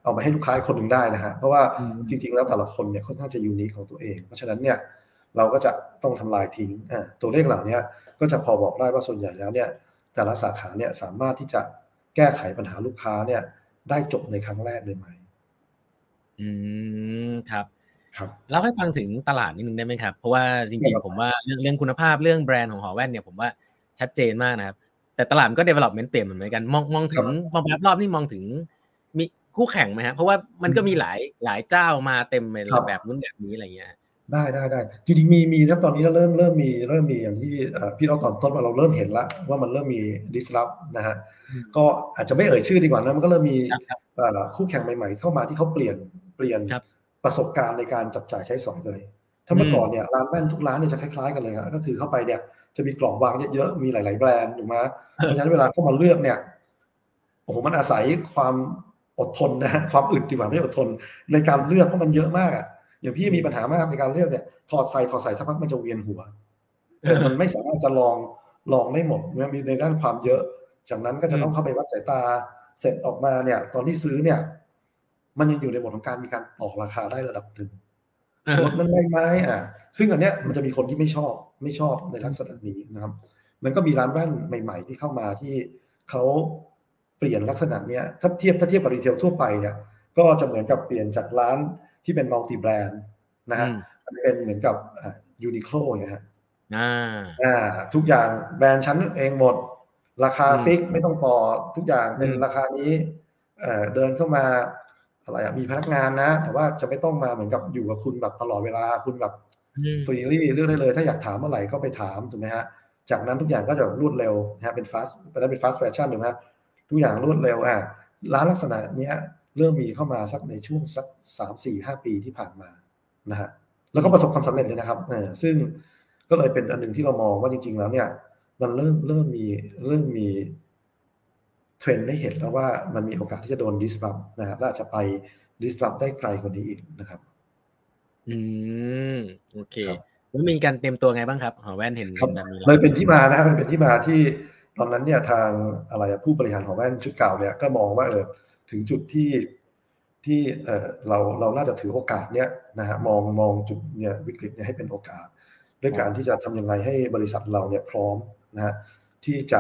เอามาให้ลูกค้าคนหนึ่งได้นะฮะเพราะว่าจริงๆแล้วแต่ละคนเนี่ยค่อนข้างจะยูนิคของตัวเองเพราะฉะนั้นเนี่ยเราก็จะต้องทำลายทิ้งอ่าตัวเลขเหล่านี้ก็จะพอบอกได้ว่าส่วนใหญ่แล้วเนี่ยแต่ละสาขาเนี่ยสามารถที่จะแก้ไขปัญหาลูกค้าเนี่ยได้จบในครั้งแรกเลยไหมอืมครับครับเล่าให้ฟังถึงตลาดนิดนึงได้ไหมครับเพราะว่าจริงๆผมว่าเรื่องเรื่องคุณภาพเรื่องแบรนด์ของหอแว่นเนี่ยผมว่าชัดเจนมากนะครับแต่ตลาดมันก็ development เปลี่ยนเหมือนกันมองมองถึงมองแบบรอบนี่มองถึงมีคู่แข่งไหมครับเพราะว่ามันก็มีหลายหลายเจ้ามาเต็มเลยแบบนู้นแบบนี้อะไรเงี้ยได้ได้ได้จริงๆมีมีนะตอนนี้เราเริ่มเริ่มมีเริ่มมีอย่างที่พี่เราตอนต้นว่าเราเริ่มเห็นแล้วว่ามันเริ่มมี disrupt นะฮะก็อาจจะไม่เอ่ยชื่อดีกว่านะมันก็เริ่มมีคู่แข่งใหม่ๆเข้ามาที่เขาเปลี่ยนเปลี่ยนประสบการณ์ในการจับจ่ายใช้สอยเลยถ้าเมื่อก่อนเนี่ยร้านแว่นทุกร้านเนี่ยจะคล้ายๆกันเลยครับก็คือเข้าไปเนี่ยจะมีกล่องวางเยอะๆมีหลายๆแบรนด์ถูกไหมเพราะฉะนั้นเวลาเข้ามาเลือกเนี่ยโอ้โหมันอาศัยความอดทนนะความอึดดีกว่าไม่อดทนในการเลือกเพราะมันเยอะมากอ่ะอย่างพี่มีปัญหามากในการเลือกเนี่ยถอดใส่ถอดใส่สักพักมันจะเวียนหัวมันไม่สามารถจะลองลองได้หมดมันมีในด้านความเยอะจากนั้นก็จะต้องเข้าไปวัดสายตาเสร็จออกมาเนี่ยตอนที่ซื้อเนี่ยมันยังอยู่ในโหมดของการมีการต่อราคาได้ระดับหนึ่งลดมันได้ไหมอ่ะซึ่งอันเนี้ยมันจะมีคนที่ไม่ชอบไม่ชอบในลักษณะนี้นะครับมันก็มีร้านแว่นใหม่ๆที่เข้ามาที่เขาเปลี่ยนลักษณะเนี้ยถ้าเทียบถ้าเทียบกับรีเทลทั่วไปเนี่ยก็จะเหมือนกับเปลี่ยนจากร้านที่เป็นมัลติแบรนด์นะฮะเป็นเหมือนกับยูนิโคลอย่างเงี้ยฮะอ่าอ่าทุกอย่างแบรนด์ชั้นเองหมดราคาฟิกไม่ต้องต่อทุกอย่างเป็นราคานี้เอ่อเดินเข้ามาอะไรอ่ะมีพนักงานนะแต่ว่าจะไม่ต้องมาเหมือนกับอยู่กับคุณแบบตลอดเวลาคุณแบบฟรีลี่เลือกได้เลยถ้าอยากถามเมื่อไหร่ก็ไปถามถูกไหมฮะจากนั้นทุกอย่างก็จะรวดเร็วนะฮะเป็นฟาสต์เป็นฟาสต์แฟชั่นถูกไหมฮะทุกอย่างรวดเร็วอ่ะร้านลักษณะนี้เริ่มมีเข้ามาสักในช่วงสักสามสี่ห้าปีที่ผ่านมานะฮะแล้วก็ประสบความสำเร็จเลยนะครับเออซึ่งก็เลยเป็นอันหนึ่งที่เรามองว่าจริงๆแล้วเนี่ยมันเริ่มเริ่มมีเริ่มมีเทรนด์ได้เห็นแล้วว่ามันมีโอกาสที่จะโดน disrupt นะฮะและอาจจะไป disrupt ได้ไกลกว่านี้อีกนะครับอืมโอเคแล้วมีการเตรียมตัวไงบ้างครับหอแว่นเห็นแบบนี้เลยเป็นที่มานะครับเป็นที่มาที่ตอนนั้นเนี่ยทางอะไรผู้บริหารหอแว่นชุดเก่าเนี่ยก็มองว่าเออถึงจุดที่ที่เออเราเราน่าจะถือโอกาสเนี้ยนะฮะมองมองจุดเนี่ยวิกฤตเนี่ยให้เป็นโอกาสด้วยการที่จะทำยังไงให้บริษัทเราเนี่ยพร้อมนะฮะที่จะ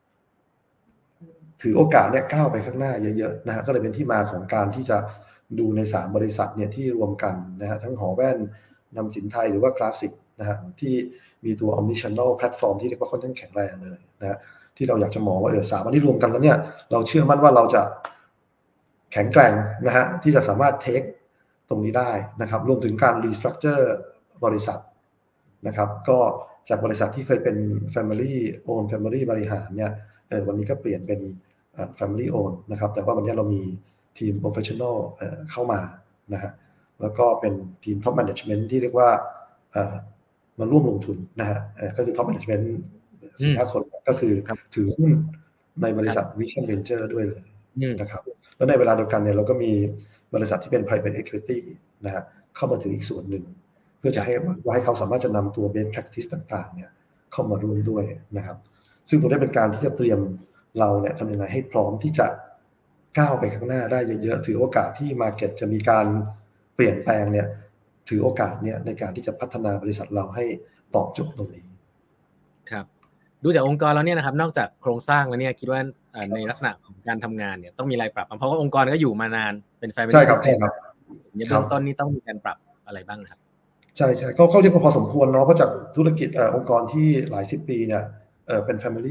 ถือโอกาสเนี่ยก้าวไปข้างหน้าเยอะๆนะฮะก็เลยเป็นที่มาของการที่จะดูในสามบริษัทเนี่ยที่รวมกันนะฮะทั้งหอแว่นนำสินไทยหรือว่าคลาสสิกนะฮะที่มีตัว omnichannel platform ที่เรียกว่าค่อนข้างแข็งแรงเลยนะฮะที่เราอยากจะมองว่าเออสามอันนี้รวมกันแล้วเนี่ยเราเชื่อมั่นว่าเราจะแข็งแกร่งนะฮะที่จะสามารถเทคตรงนี้ได้นะครับรวมถึงการ restructure บริษัทนะครับก็จากบริษัทที่เคยเป็น family own family บริหารเนี่ยเออวันนี้ก็เปลี่ยนเป็น family own นะครับแต่ว่าวันนี้เรามีทีม professional เอ่อเข้ามานะฮะแล้วก็เป็นทีม top management ที่เรียกว่าเอ่อมาร่วมลงทุนนะฮะเอ่อก็คือ top management สี่ห้าคนก็คือถือหุ้นในบริษัท Vision Venture ด้วยเลยนะครับแล้วในเวลาเดียวกันเนี่ยเราก็มีบริษัทที่เป็น private equity นะฮะเข้ามาถืออีกส่วนหนึ่งเพื่อจะให้ว่าให้เขาสามารถจะนำตัว best practice ต่างๆเนี่ยเข้ามาร่วมด้วยนะครับซึ่งตรงนี้เป็นการที่จะเตรียมเราเนี่ยทำยังไงให้พร้อมที่จะก้าวไปข้างหน้าได้เยอะๆถือโอกาสที่ market จะมีการเปลี่ยนแปลงเนี่ยถือโอกาสเนี่ยในการที่จะพัฒนาบริษัทเราให้ตอบโจทย์ตรงนี้ครับดูจากองค์กรแล้วเนี่ยนะครับนอกจากโครงสร้างแล้วเนี่ยคิดว่าในลักษณะของการทำงานเนี่ยต้องมีอะไรปรับเพราะว่าองค์กรก็อยู่มานานเป็น family ใช่ครับใช่ครับในเบื้องต้นนี้ต้องมีการปรับอะไรบ้างครับใช่ใช่ก็เขาเรียกว่าพอสมควรเนาะเพราะจากธุรกิจองค์กรที่หลายสิบปีเนี่ยเป็น family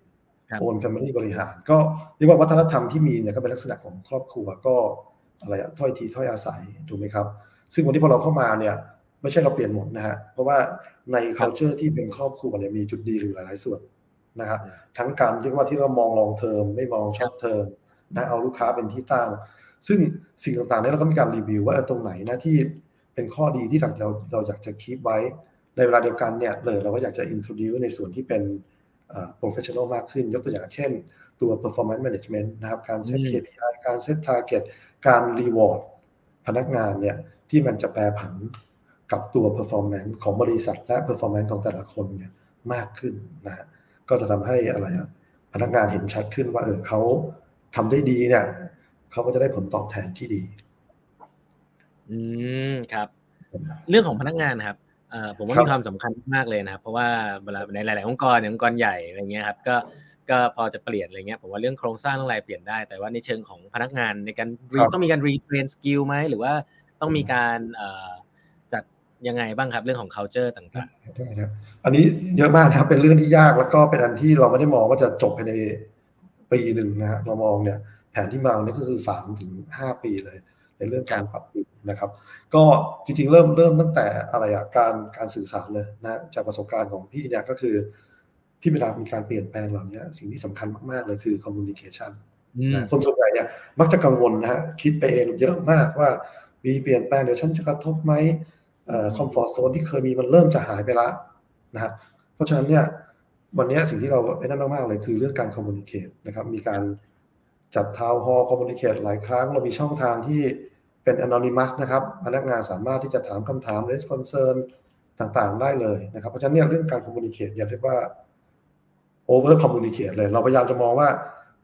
own family บริหารก็เรียกว่าวัฒนธรรมที่มีเนี่ยก็เป็นลักษณะของครอบครัวก็อะไรอะถ้อยทีถ้อยอาศัยถูกไหมครับซึ่งวันนี้พอเราเข้ามาเนี่ยไม่ใช่เราเปลี่ยนหมดนะฮะเพราะว่าใน culture ที่เป็นครอบครัวเนี่ยมีจุดดีอยู่หลายๆส่วนนะครับทั้งการเรียกว่าที่เรามอง long term ไม่มอง short term นะเอาลูกค้าเป็นที่ตั้งซึ่งสิ่งต่างๆนี้เราก็มีการรีวิวว่าตรงไหนนะที่เป็นข้อดีที่เราเราอยากจะคีปไว้ในเวลาเดียวกันเนี่ยเลยเราก็อยากจะ introduce ในส่วนที่เป็น professional มากขึ้นยกตัวอย่างเช่นตัว performance management นะครับการ set เค พี ไอ การ set target การ reward พนักงานเนี่ยที่มันจะแปรผันกับตัว performance ของบริษัทและ performance ของแต่ละคนเนี่ยมากขึ้นนะฮะก็จะทำให้อะไรอ่ะพนักงานเห็นชัดขึ้นว่าเออเขาทำได้ดีเนี่ยเขาก็จะได้ผลตอบแทนที่ดีอืมครับเรื่องของพนักงานครับเอ่อผมว่ามีความสำคัญมากเลยนะครับเพราะว่าเวลาในหลายๆองค์กรองค์กรใหญ่อะไรเงี้ยครับก็ก็พอจะเปลี่ยนอะไรเงี้ยผมว่าเรื่องโครงสร้างเรื่องอะไรเปลี่ยนได้แต่ว่าในเชิงของพนักงานในการต้องมีการรีเทรนสกิลไหมหรือว่าต้องมีการเอ่อจัดยังไงบ้างครับเรื่องของ culture ต่างๆได้ครับอันนี้เยอะมากนะครับเป็นเรื่องที่ยากแล้วก็เป็นอันที่เราไม่ได้มองว่าจะจบภายในปีหนึ่งนะฮะเรามองเนี่ยแผนที่มาเนี่ยก็คือสามถึงห้าปีเลยในเรื่องการปรับปรุงนะครับก็จริงๆเริ่มเริ่มตั้งแต่อะไรอ่ะการการสื่อสารเลยนะจากประสบการณ์ของพี่เนี่ยก็คือที่เวลามีการเปลี่ยนแปลงเหล่านี้สิ่งที่สำคัญมากๆเลยคือ communication นะคนส่วนใหญ่เนี่ยมักจะกังวลนะฮะคิดไปเองเยอะมากว่ามีเปลี่ยนแปลงเดี๋ยวฉันจะกระทบไหมคอมฟอร์ตโซนที่เคยมีมันเริ่มจะหายไปแล้วนะฮะเพราะฉะนั้นเนี่ยวันนี้สิ่งที่เราไอ้นั่นมากๆเลยคือเรื่องการคอมมูนิเคตนะครับมีการจัดทาวน์ฮอลล์คอมมูนิเคตหลายครั้งเรามีช่องทางที่เป็น anonymous นะครับพนักงานสามารถที่จะถามคำถาม raise concern ต่างๆได้เลยนะครับเพราะฉะนั้นเนี่ยเรื่องการคอมมูนิเคตอย่าเรียกว่า over communicate เลยเราพยายามจะมองว่า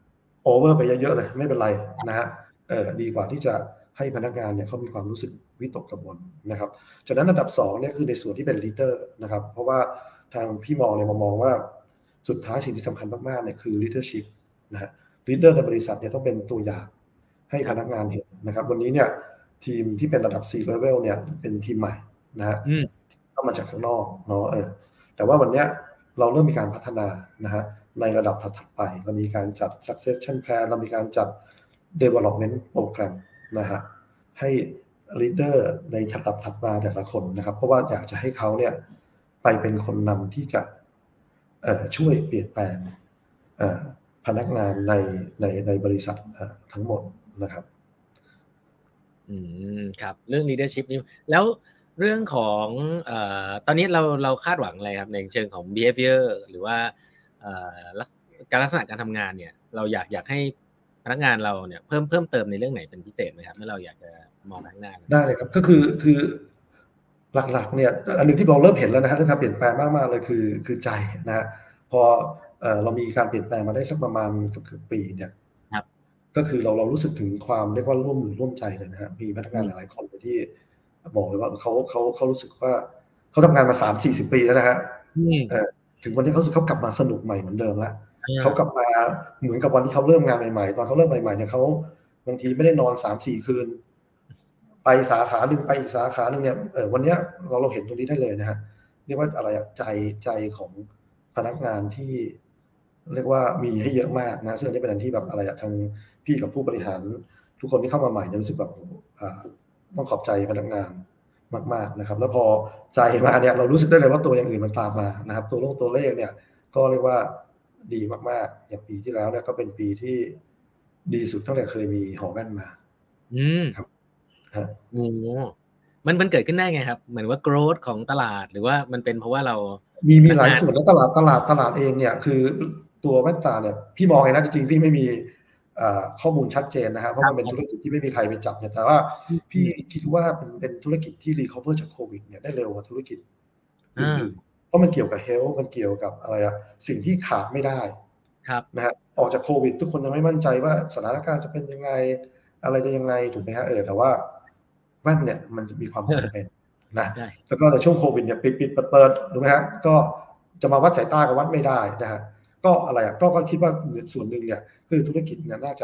over ไปเยอะๆเลยไม่เป็นไรนะฮะเออดีกว่าที่จะให้พนักงานเนี่ยเขามีความรู้สึกวิตกกังวลนะครับจากนั้นอันดับสองเนี่ยคือในส่วนที่เป็น leader นะครับเพราะว่าทางพี่มองเนี่ยมามองว่าสุดท้ายสิ่งที่สำคัญมากๆเนี่ยคือ leadership นะฮะ leader ในบริษัทเนี่ยต้องเป็นตัวอย่างให้พนักงานเห็นนะครับวันนี้เนี่ยทีมที่เป็นระดับ C level เนี่ยเป็นทีมใหม่นะฮะเข้ามาจากข้างนอกเนาะเออแต่ว่าวันเนี้ยเราเริ่มมีการพัฒนานะฮะในระดับถัดไปเรามีการจัด succession plan เรามีการจัด development program นะฮะให้ leader ในระดับถัดมาแต่ละคนนะครับเพราะว่าอยากจะให้เขาเนี่ยไปเป็นคนนำที่จะช่วยเปลี่ยนแปลงพนักงานในในในบริษัททั้งหมดนะครับอืมครับเรื่อง leadership นี่แล้วเรื่องของเอ่อตอนนี้เราเราคาดหวังอะไรครับในเชิงของ behavior หรือว่าเอ่อการลักษณะการทำงานเนี่ยเราอยากอยากให้พนักงานเราเนี่ยเพิ่มเพิ่มเติมในเรื่องไหนเป็นพิเศษไหมครับเมื่อเราอยากจะมองพนักงานได้เลยครับก็คือคือหลักๆเนี่ยอันนึงที่เราเริ่มเห็นแล้วนะฮะเรื่องการเปลี่ยนแปลงมากๆเลยคือคือใจนะฮะพอเรามีการเปลี่ยนแปลงมาได้สักประมาณเกือบปีเนี่ยก็คือเราเรารู้สึกถึงความเรียกว่าร่วมมือร่วมใจเลยนะฮะมีพนักงานหลายๆคนที่บอกเลยว่าเขาเขาเขารู้สึกว่าเขาทำงานมาสามสี่สิบปีแล้วนะฮะถึงวันที่เขาสึกเขากลับมาสนุกใหม่เหมือนเดิมแล้วเขากลับมาเหมือนกับวันที่เขาเริ่มงานใหม่ๆตอนเขาเริ่มใหม่ๆเนี่ยเขาบางทีไม่ได้นอนสามสี่คืนไปสาขาหนึ่งไปอีกสาขาหนึ่งเนี่ยเออวันนี้เราเราเห็นตรงนี้ได้เลยนะฮะเรียกว่าอะไรอะใจใจของพนักงานที่เรียกว่ามีให้เยอะมากนะซึ่งอันนี้เป็นอันที่แบบอะไรอะทางพี่กับผู้บริหารทุกคนที่เข้ามาใหม่รู้สึกแบบต้องขอบใจพนักงานมากๆนะครับแล้วพอใจมาเนี่ยเรารู้สึกได้เลยว่าตัวอย่างอื่นมันตามมานะครับตัวเลขตัวเลขเนี่ยก็เรียกว่าดีมากๆอย่างปีที่แล้วเนี่ยก็เป็นปีที่ดีสุดตั้งแต่เคยมีหอแว่นมาอืมครับโอ้มันมันเกิดขึ้นได้ไงครับเหมือนว่า growth ของตลาดหรือว่ามันเป็นเพราะว่าเรามีมีหลายส่วนแล้วตลาดตลาดตลาดเองเนี่ยคือตัวแว่นตาเนี่ยพี่มองเองนะจริงๆพี่ไม่มีข้อมูลชัดเจนนะฮะเพราะมันเป็นธุรกิจที่ไม่มีใครไปจับเนี่ยแต่ว่าพี่คิดว่าเป็นเป็นธุรกิจที่รีคอเวอร์จากโควิดเนี่ยได้เร็วกว่าธุรกิจอื่นๆเพราะมันเกี่ยวกับเฮลท์มันเกี่ยวกับอะไรอะสิ่งที่ขาดไม่ได้นะฮะออกจากโควิดทุกคนยังไม่มั่นใจว่าสถานการณ์จะเป็นยังไงอะไรจะยังไงถูกไหมฮะเออแต่ว่าแว่นเนี่ยมันจะมีความจำเป็นนะแล้วก็ในช่วงโควิดเนี่ยปิดปิดเปิดเปิดถูกไหมฮะก็จะมาวัดสายตากับวัดไม่ได้นะฮะก็อะไรอ่ะก็ก็คิดว่าส่วนหนึ่งเนี่ยคือธุรกิจเนี่ยน่าจะ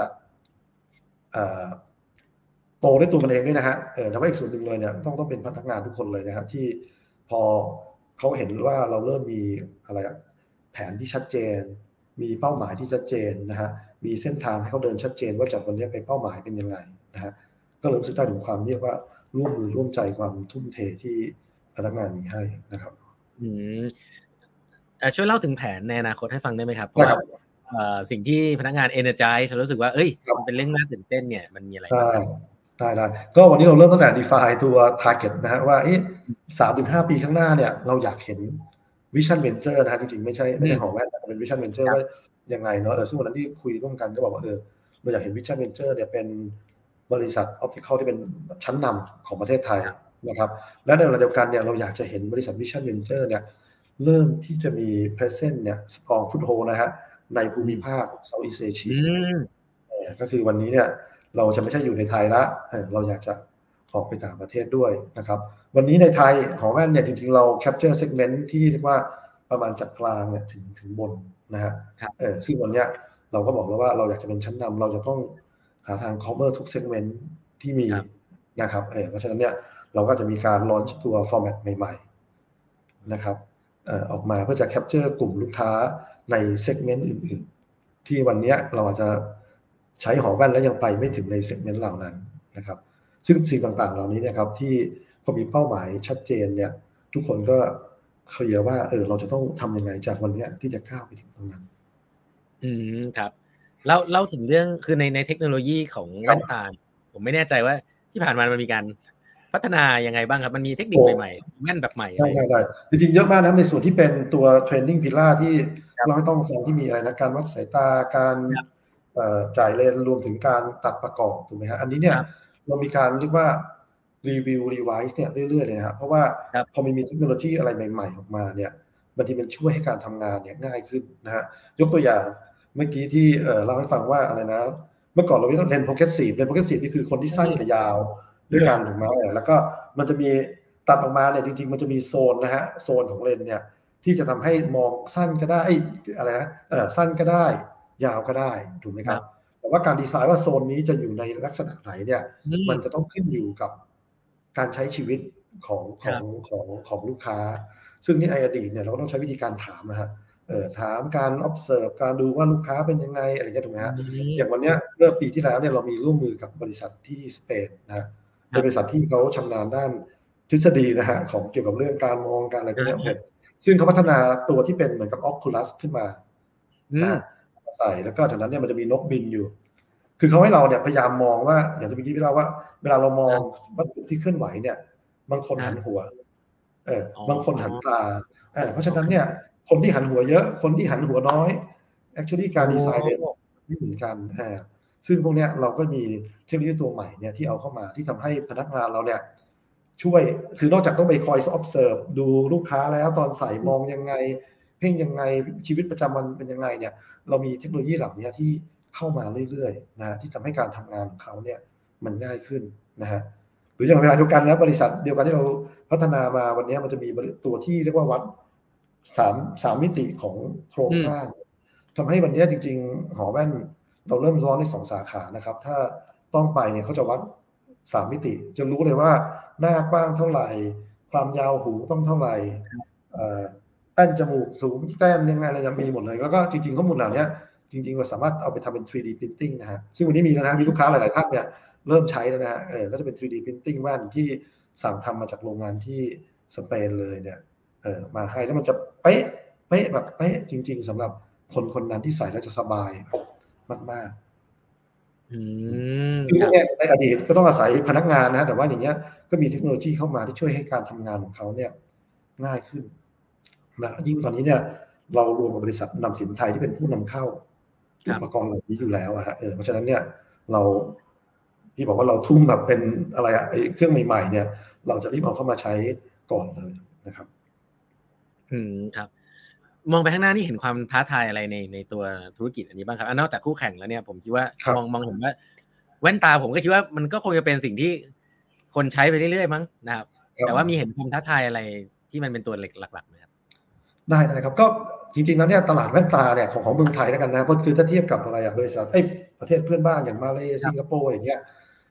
โตด้วยตัวมันเองด้วยนะฮะเออแต่ว่าอีกส่วนหนึ่งเลยเนี่ยต้องต้องเป็นพนักงานทุกคนเลยนะฮะที่พอเขาเห็นว่าเราเริ่มมีอะไรอ่ะแผนที่ชัดเจนมีเป้าหมายที่ชัดเจนนะฮะมีเส้นทางให้เขาเดินชัดเจนว่าจากวันนี้ไปเป้าหมายเป็นยังไงนะฮะก็รู้สึกได้ถึงความเรียกว่าร่วมมือร่วมใจความทุ่มเทที่พนักงานมีให้นะครับอืมช่วยเล่าถึงแผนในอนาคตให้ฟังได้ไหมครับเพราะว่าสิ่งที่พนักงาน energize ฉันรู้สึกว่าเอ้ยมันเป็นเรื่องน่าตื่นเต้นเนี่ยมันมีอะไรบ้างได้ได้ก็วันนี้เราเริ่มตั้งแต่ define ตัว target นะฮะว่าสามถึงห้าปีข้างหน้าเนี่ยเราอยากเห็น vision venture นะฮะจริงๆไม่ใช่ไม่ใช่ของแว่นแต่เป็น vision venture ว่ายังไงเนาะเออซึ่งวันนั้นที่คุยร่วมกันก็บอกว่าเออเราอยากเห็น vision venture เนี่ยเป็นบริษัท optical ที่เป็นชั้นนำของประเทศไทยนะครับและในเวลาเดียวกันเนี่ยเราอยากจะเห็นบริษัท vision venture เนี่ยเริ่มที่จะมี presence เนี่ย strong foothold นะฮะในภูมิภาค Southeast Asia ก็คือวันนี้เนี่ยเราจะไม่ใช่อยู่ในไทยละเออเราอยากจะออกไปต่างประเทศด้วยนะครับวันนี้ในไทยหอแว่นเนี่ยจริงๆเรา capture segment ที่เรียกว่าประมาณจากกลางเนี่ยถึงถึงบนนะฮะเออซึ่งวันเนี้ยเราก็บอกแล้วว่าเราอยากจะเป็นชั้นนำเราจะต้องหาทาง cover ทุก segment ที่มีนะครับเออเพราะฉะนั้นเนี่ยเราก็จะมีการ launch ตัว format ใหม่ๆนะครับเอ่อออกมาเพื่อจะ capture กลุ่มลูกค้าใน segment อื่นๆที่วันนี้เราอาจจะใช้หอแว่นแล้วยังไปไม่ถึงใน segment เหล่านั้นนะครับซึ่งสิ่งต่างๆเหล่านี้นะครับที่พอมีเป้าหมายชัดเจนเนี่ยทุกคนก็เคลียร์ว่าเออเราจะต้องทำยังไงจากวันนี้ที่จะก้าวไปถึงตรงนั้นอืมครับเล่าเล่าถึงเรื่องคือในในเทคโนโลยีของแว่นตาผมไม่แน่ใจว่าที่ผ่านมามันมีการพัฒนายังไงบ้างครับมันมีเทคนิคใหม่ๆแว่นแบบใหม่ได้ได้จริงๆเยอะมากนะในส่วนที่เป็นตัวเทรนนิ่งพิลล่าที่เราไม่ต้องฟังที่มีอะไรนะการวัดสายตาการจ่ายเลนรวมถึงการตัดประกอบถูกไหมฮะอันนี้เนี่ยเรามีการเรียกว่ารีวิวรีไวซ์เนี่ยเรื่อยๆเลยนะครับเพราะว่าพอมีเทคโนโลยีอะไรใหม่ๆออกมาเนี่ยบางทีมันช่วยให้การทำงานเนี่ยง่ายขึ้นนะฮะยกตัวอย่างเมื่อกี้ที่เล่าให้ฟังว่าอะไรนะเมื่อก่อนเราไม่ต้องเลนโพเก็ตซีฟเลนโพเก็ตซีฟนี่คือคนที่สั้นกับยาวด้วยกันถูกไหมแล้วก็มันจะมีตัดออกมาเนี่ยจริงๆมันจะมีโซนนะฮะโซนของเลนเนี่ยที่จะทำให้มองสั้นก็ได้อะไรนะเออสั้นก็ได้ยาวก็ได้ถูกไหมครับแต่ว่าการดีไซน์ว่าโซนนี้จะอยู่ในลักษณะไหนเนี่ยมันจะต้องขึ้นอยู่กับการใช้ชีวิตของของของของลูกค้าซึ่งในอดีตเนี่ยเราก็ต้องใช้วิธีการถามนะฮะเออถามการ observe การดูว่าลูกค้าเป็นยังไงอะไรเงี้ยถูกไหมฮะอย่างวันนี้เมื่อปีที่แล้วเนี่ยเรามีร่วมมือกับบริษัทที่สเปนนะเป็นบริษัทที่เขาชำนาญด้านทฤษฎีนะฮะของเกี่ยวกับเรื่องการมองการอะไรพวกนี้ซึ่งเขาพัฒนาตัวที่เป็นเหมือนกับ Oculus ขึ้นมานะใส่แล้วก็จากนั้นเนี่ยมันจะมีนกบินอยู่คือเขาให้เราเนี่ยพยายามมองว่าอย่างที่เมื่อกี้พี่เล่าว่าเวลาเรามองวัตถุที่เคลื่อนไหวเนี่ยบางคนหันหัวเออบางคนหันตาเพราะฉะนั้นเนี่ยคนที่หันหัวเยอะคนที่หันหัวน้อย actually การดีไซน์เนี่ยไม่เหมือนกันซึ่งพวกเนี้ยเราก็มีเทคโนโลยีตัวใหม่เนี่ยที่เอาเข้ามาที่ทำให้พนักงานเราเนี่ยช่วยคือนอกจากต้องไปคอย observe ดูลูกค้าแล้วตอนใส่มองยังไงเพ่งยังไงชีวิตประจำวันเป็นยังไงเนี่ยเรามีเทคโนโลยีเหล่านี้ที่เข้ามาเรื่อยๆนะที่ทำให้การทำงานของเขาเนี่ยมันง่ายขึ้นนะฮะหรืออย่างเวลาเดียวกันแล้วบริษัทเดียวกันที่เราพัฒนามาวันนี้มันจะมีตัวที่เรียกว่าวัดสามสามมิติของโครงสร้างทำให้วันนี้จริงๆหอแว่นเราเริ่มร้อนในสองสาขานะครับถ้าต้องไปเนี่ยเขาจะวัดสามมิติจะรู้เลยว่าหน้ากว้างเท่าไหร่ความยาวหูต้องเท่าไหร่แป้นจมูกสูงแต้มยังไงอะไรจะมีหมดเลยแล้วก็จริงๆข้อมูลเหล่านี้จริงๆเราสามารถเอาไปทำเป็น ทรี ดี printing นะฮะซึ่งวันนี้มีแล้วนะมีลูกค้าหลายๆท่านเนี่ยเริ่มใช้แล้วนะฮะเออก็จะเป็น ทรี ดี printing แว่นที่สั่งทำมาจากโรงงานที่สเปนเลยเนี่ยเออมาให้แล้วมันจะเป๊ะเป๊ะแบบเป๊ะจริงๆสำหรับคนคนนั้นที่ใส่แล้วจะสบายมากๆซึ่งเนี่ยในอดีตก็ต้องอาศัยพนักงานนะแต่ว่าอย่างเงี้ยก็มีเทคโนโลยีเข้ามาที่ช่วยให้การทำงานของเขาเนี่ยง่ายขึ้นนะยิ่งตอนนี้เนี่ยเรารวมกับบริษัทนำสินไทยที่เป็นผู้นำเข้าอุปกรณ์เหล่านี้อยู่แล้วอะฮะเออเพราะฉะนั้นเนี่ยเราที่บอกว่าเราทุ่มแบบเป็นอะไรอะไอ้เครื่องใหม่ๆเนี่ยเราจะรีบเอาเข้ามาใช้ก่อนเลยนะครับอืมครับมองไปข้างหน้านี่เห็นความท้าทายอะไรในในตัวธุรกิจอันนี้บ้างครับนอกจากคู่แข่งแล้วเนี่ยผมคิดว่ามองมองเห็นว่าแว่นตาผมก็คิดว่ามันก็คงจะเป็นสิ่งที่คนใช้ไปเรื่อยๆมั้งนะครับแต่ว่ามีเห็นความท้าทายอะไรที่มันเป็นตัวหลักๆไหมครับได้นะครับก็จริงๆแล้วเนี่ยตลาดแว่นตาเนี่ยของของเมืองไทยแล้วกันนะก็คือถ้าเทียบกับอะไรอ่ะบริษัทไอ้ประเทศเพื่อนบ้านอย่างมาเลเซียสิงคโปร์อย่างเงี้ย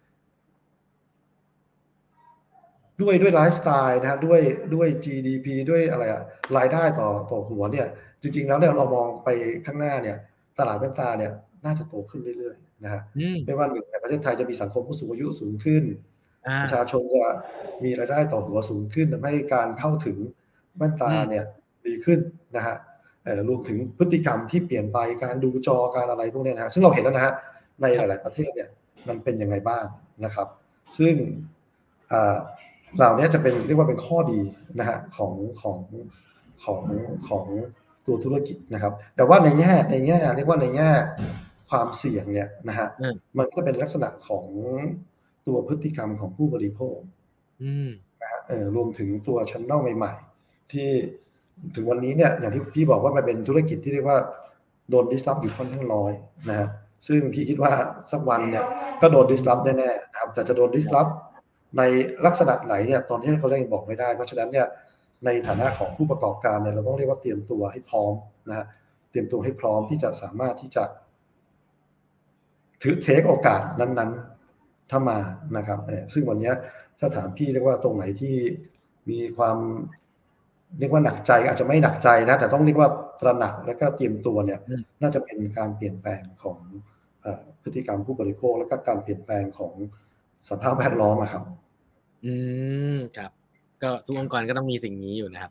ด้วยด้วยไลฟ์สไตล์นะฮะด้วยด้วย จี ดี พี ด้วยอะไรอะรายได้ต่อต่อหัวเนี่ยจริงๆแล้วเนี่ยเรามองไปข้างหน้าเนี่ยตลาดแว่นตาเนี่ยน่าจะโตขึ้นเรื่อยๆนะฮะไม่ว่าหนึ่งในประเทศไทยจะมีสังคมผู้สูงอายุสูงขึ้นประชาชนจะมีรายได้ต่อหัวสูงขึ้นทำให้การเข้าถึงแว่นตาเนี่ยดีขึ้นนะฮะรวมถึงพฤติกรรมที่เปลี่ยนไปการดูจอการอะไรพวกนี้นะฮะซึ่งเราเห็นแล้วนะฮะในหลายๆประเทศเนี่ยมันเป็นยังไงบ้างนะครับซึ่งเหล่านี้จะเป็นเรียกว่าเป็นข้อดีนะฮะของของของของตัวธุรกิจนะครับแต่ว่าในแง่ในแง่เรียกว่าในแง่ความเสี่ยงเนี่ยนะฮะมันก็เป็นลักษณะของตัวพฤติกรรมของผู้บริโภคนะฮะเออรวมถึงตัวชั้นนอกใหม่ๆที่ถึงวันนี้เนี่ยอย่างที่พี่บอกว่ามันเป็นธุรกิจที่เรียกว่าโดนดิสรับอยู่ค่อนข้างน้อยนะฮะซึ่งพี่คิดว่าสักวันเนี่ยก็โดน disrupt แน่ๆนะครับแต่จะโดน disrupt ในลักษณะไหนเนี่ยตอนที่เขายังบอกไม่ได้เพราะฉะนั้นเนี่ยในฐานะของผู้ประกอบการเนี่ยเราต้องเรียกว่าเตรียมตัวให้พร้อมนะฮะเตรียมตัวให้พร้อมที่จะสามารถที่จะถือเทคโอกาสนั้นๆถ้ามานะครับเออซึ่งวันนี้ถ้าถามพี่เรียกว่าตรงไหนที่มีความเรียกว่าหนักใจอาจจะไม่หนักใจนะแต่ต้องเรียกว่าตระหนักและก็เตรียมตัวเนี่ยน่าจะเป็นการเปลี่ยนแปลงของพฤติกรรมผู้บริโภคและก็การเปลี่ยนแปลงของสภาพแวดล้อมครับอืมครับก็ทุกองค์กรก็ต้องมีสิ่งนี้อยู่นะครับ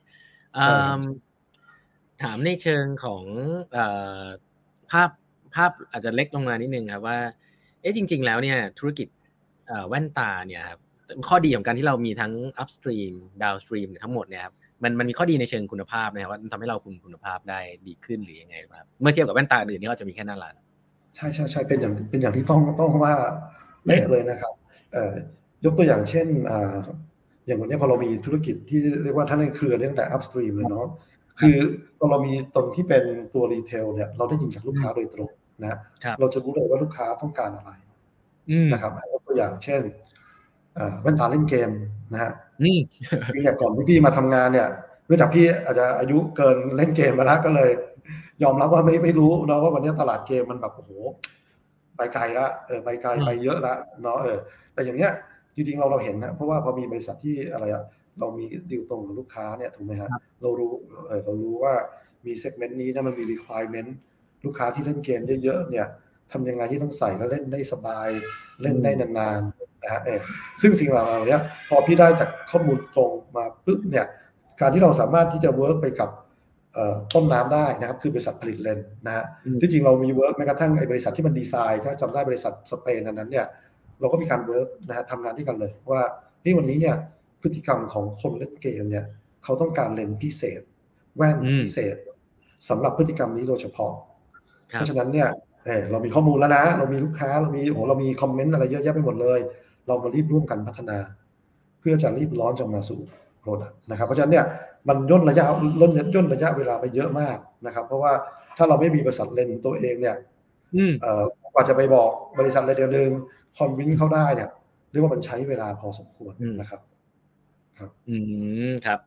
ถามในเชิงของภาพภาพอาจจะเล็กลงมานิดนึงครับว่าเอ๊ะจริงๆแล้วเนี่ยธุรกิจแว่นตาเนี่ยครับข้อดีของการที่เรามีทั้ง upstream downstream ทั้งหมดเนี่ยครับมันมันมีข้อดีในเชิงคุณภาพนะครับว่ามันทำให้เราคุมคุณภาพได้ดีขึ้นหรือยังไงครับเมื่อเทียบกับแว่นตาอื่นที่เขาจะมีแค่หน้าร้านใช่ใช่ใช่เป็นอย่างเป็นอย่างที่ต้องต้องว่าเละเลยนะครับเอ่อยกตัวอย่างเช่นอ่าอย่างวันนี้พอเรามีธุรกิจที่เรียกว่าท่านในเครือตั้งแต่ upstream เลยเนาะคือพอเรามีตรงที่เป็นตัวรีเทลเนี่ยเราได้ยินจากลูกค้าโดยตรงนะเราจะรู้เลยว่าลูกค้าต้องการอะไรนะครับยกตัวอย่างเช่นแว่นตาเล่นเกมนะฮะคือเนี่ยก่อนที่พี่มาทำงานเนี่ยเนื่องจากพี่อาจจะอายุเกินเล่นเกมมาแล้วก็เลยยอมรับว่าไม่ไม่รู้เนาะว่าวันนี้ตลาดเกมมันแบบโอ้โหไปไกลละเออไปไกลไปเยอะละเนาะเออแต่อย่างเนี้ยจริงๆเราเราเห็นนะเพราะว่าพอมีบริษัทที่อะไรอะเรามีดีลตรงกับลูกค้าเนี่ยถูกไหมฮะเรารู้เออเรารู้ว่ามีเซกเมนต์นี้นะมันมี requirement ลูกค้าที่เล่นเกมเยอะๆเนี่ยทำยังไงที่ต้องใส่แล้วเล่นได้สบายเล่นได้นานๆนะฮะเออซึ่งสิ่งเหล่านี้พอพี่ได้จากข้อมูลตรงมาปุ๊บเนี่ยการที่เราสามารถที่จะเวิร์กไปกับต้นน้ำได้นะครับคือบริษัทผลิตเลนส์นะฮะที่จริงเรามีเวิร์กแม้กระทั่งไอ้บริษัทที่มันดีไซน์ถ้าจำได้บริษัทสเปนนั้นเนี่ยเราก็มีการเวิร์กนะฮะทำงานด้วยกันเลยว่าที่วันนี้เนี่ยพฤติกรรมของคนเล่นเกมเนี่ยเขาต้องการเลนส์พิเศษแว่นพิเศษสำหรับพฤติกรรมนี้โดยเฉพาะเพราะฉะนั้นเนี่ยเออเรามีข้อมูลแล้วนะเรามีลูกค้าเรามีโอ้เรามีคอมเมนต์อะไรเยอะแยะไปหมดเลยเรามารีบร่วมกันพัฒนาเพื่อจะรีบร้อนจะมาสู่โปรดักต์นะครับเพราะฉะนั้นเนี่ยมันย่นระยะย่นย่นระยะเวลาไปเยอะมากนะครับเพราะว่าถ้าเราไม่มีบริษัทเลนตัวเองเนี่ยกว่าจะไปบอกบริษัทเลนเดียวนึงคอนวินเขาได้เนี่ยเรียกว่ามันใช้เวลาพอสมควรนะครับครับอืมครับ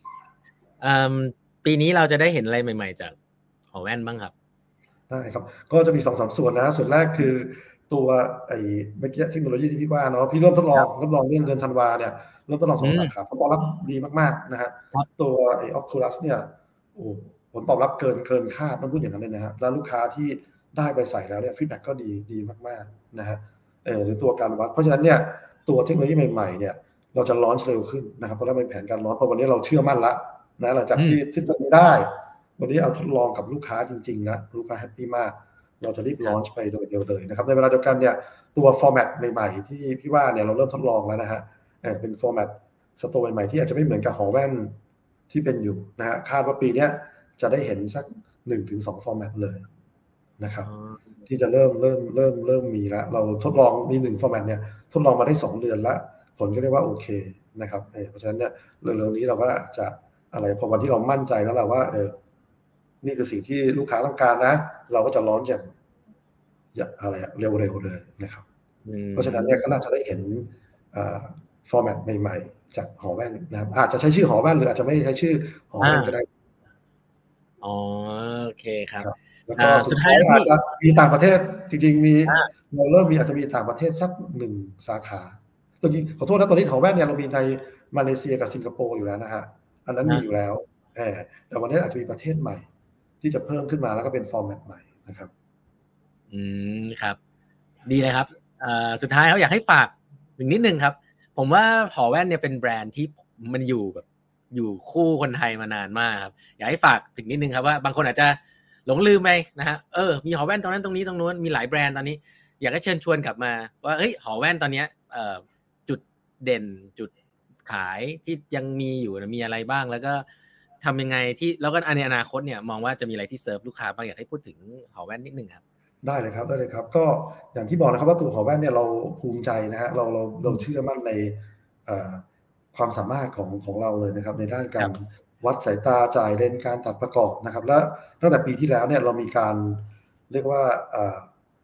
ปีนี้เราจะได้เห็นอะไรใหม่ๆจากหอแว่นบ้างครับได้ครับก็จะมีสองสามส่วนนะส่วนแรกคือตัวไอ้เมื่อกี้เทคโนโลยีที่พี่ว่าเนาะพี่เริ่มทดลองทดลองเรื่องเดือนธันวาเนี่ยเริ่มทดลองสองสาขาผลตอบรับดีมากๆนะฮะตัวไอ้ Oculus เนี่ยโอ้ผลตอบรับเกินเกินคาดต้องพูดอย่างนั้นเลยนะฮะแล้วลูกค้าที่ได้ไปใส่แล้วเนี่ยฟีดแบ็กก็ดีดีมากๆนะฮะเออหรือตัวการวัดเพราะฉะนั้นเนี่ยตัวเทคโนโลยีใหม่ๆเนี่ยเราจะลอนช์เร็วขึ้นนะครับเพราะเราเป็นแผนการลอนช์เพราะวันนี้เราเชื่อมั่นละนะหลังจากที่ที่จะได้วันนี้เอาทดลองกับลูกค้าจริงๆนะลูกค้าแฮปปี้มากเราจะรีบลอนช์ไปโดยเดียวเลยนะครับในเวลาเดียวกันเนี่ยตัวฟอร์แมตใหม่ๆที่พี่ว่าเนี่ยเราเริ่มทดลองแล้วนะฮะเออเป็นฟอร์แมตสโตร์ใหม่ๆที่อาจจะไม่เหมือนกับหอแว่นที่เป็นอยู่นะฮะคาดว่าปีนี้จะได้เห็นสัก หนึ่งถึงสอง ฟอร์แมตเลยนะครับที่จะเริ่มเริ่มเริ่มเริ่มมีแล้วเราทดลองมีหนึ่งฟอร์แมตเนี่ยทดลองมาได้สองเดือนแล้วผลก็เรียกว่าโอเคนะครับเออเพราะฉะนั้นเนี่ยเร็วๆนี้เราก็จะอะไรพอวันที่เรามั่นใจแล้วเราว่าเออนี่คือสิ่งที่ลูกค้าต้องการนะเราก็จะร้อนอย่างอย่างอะไรเร็วๆเลยนะครับเพราะฉะนั้นเนี่ยก็น่าจะได้เห็นฟอร์แมตใหม่ๆจากหอแว่นนะครับอาจจะใช้ชื่อหอแว่นหรืออาจจะไม่ใช้ชื่อหอแว่นก็ได้อ๋อโอเคครับแล้วก็สุดท้ายอาจจะมีต่างประเทศจริงๆมีเราเริ่มมีอาจจะมีต่างประเทศสักหนึ่งสาขาตอนนี้ขอโทษนะตอนนี้หอแว่นเนี่ยเรามีในมาเลเซียกับสิงคโปร์อยู่แล้วนะฮะอันนั้นมีอยู่แล้วแต่วันนี้อาจจะมีประเทศใหม่ที่จะเพิ่มขึ้นมาแล้วก็เป็นฟอร์แมตใหม่นะครับอืมครับดีเลยครับสุดท้ายเขาอยากให้ฝากถึงนิดนึงครับผมว่าหอแว่นเนี่ยเป็นแบรนด์ที่มันอยู่แบบอยู่คู่คนไทยมานานมากครับอยากให้ฝากถึงนิดนึงครับว่าบางคนอาจจะหลงลืมไปนะฮะเออมีหอแว่นตรงนั้นตรงนี้ตรงนู้นมีหลายแบรนด์ตอนนี้อยากให้เชิญชวนกลับมาว่าเฮ้ยหอแว่นตอนนี้เอ่อจุดเด่นจุดขายที่ยังมีอยู่มีอะไรบ้างแล้วก็ทำยังไงที่แล้วก็ในอนาคตเนี่ยมองว่าจะมีอะไรที่เซิร์ฟลูกค้าบ้างอยากให้พูดถึงหอแว่นนิดนึงครับได้เลยครับได้เลยครับก็อย่างที่บอกนะครับว่าตัวหอแว่นเนี่ยเราภูมิใจนะฮะเราเราเราเชื่อมั่นในความสามารถของของเราเลยนะครับในด้านการวัดสายตาจ่ายเลนการตัดประกอบนะครับและตั้งแต่ปีที่แล้วเนี่ยเรามีการเรียกว่า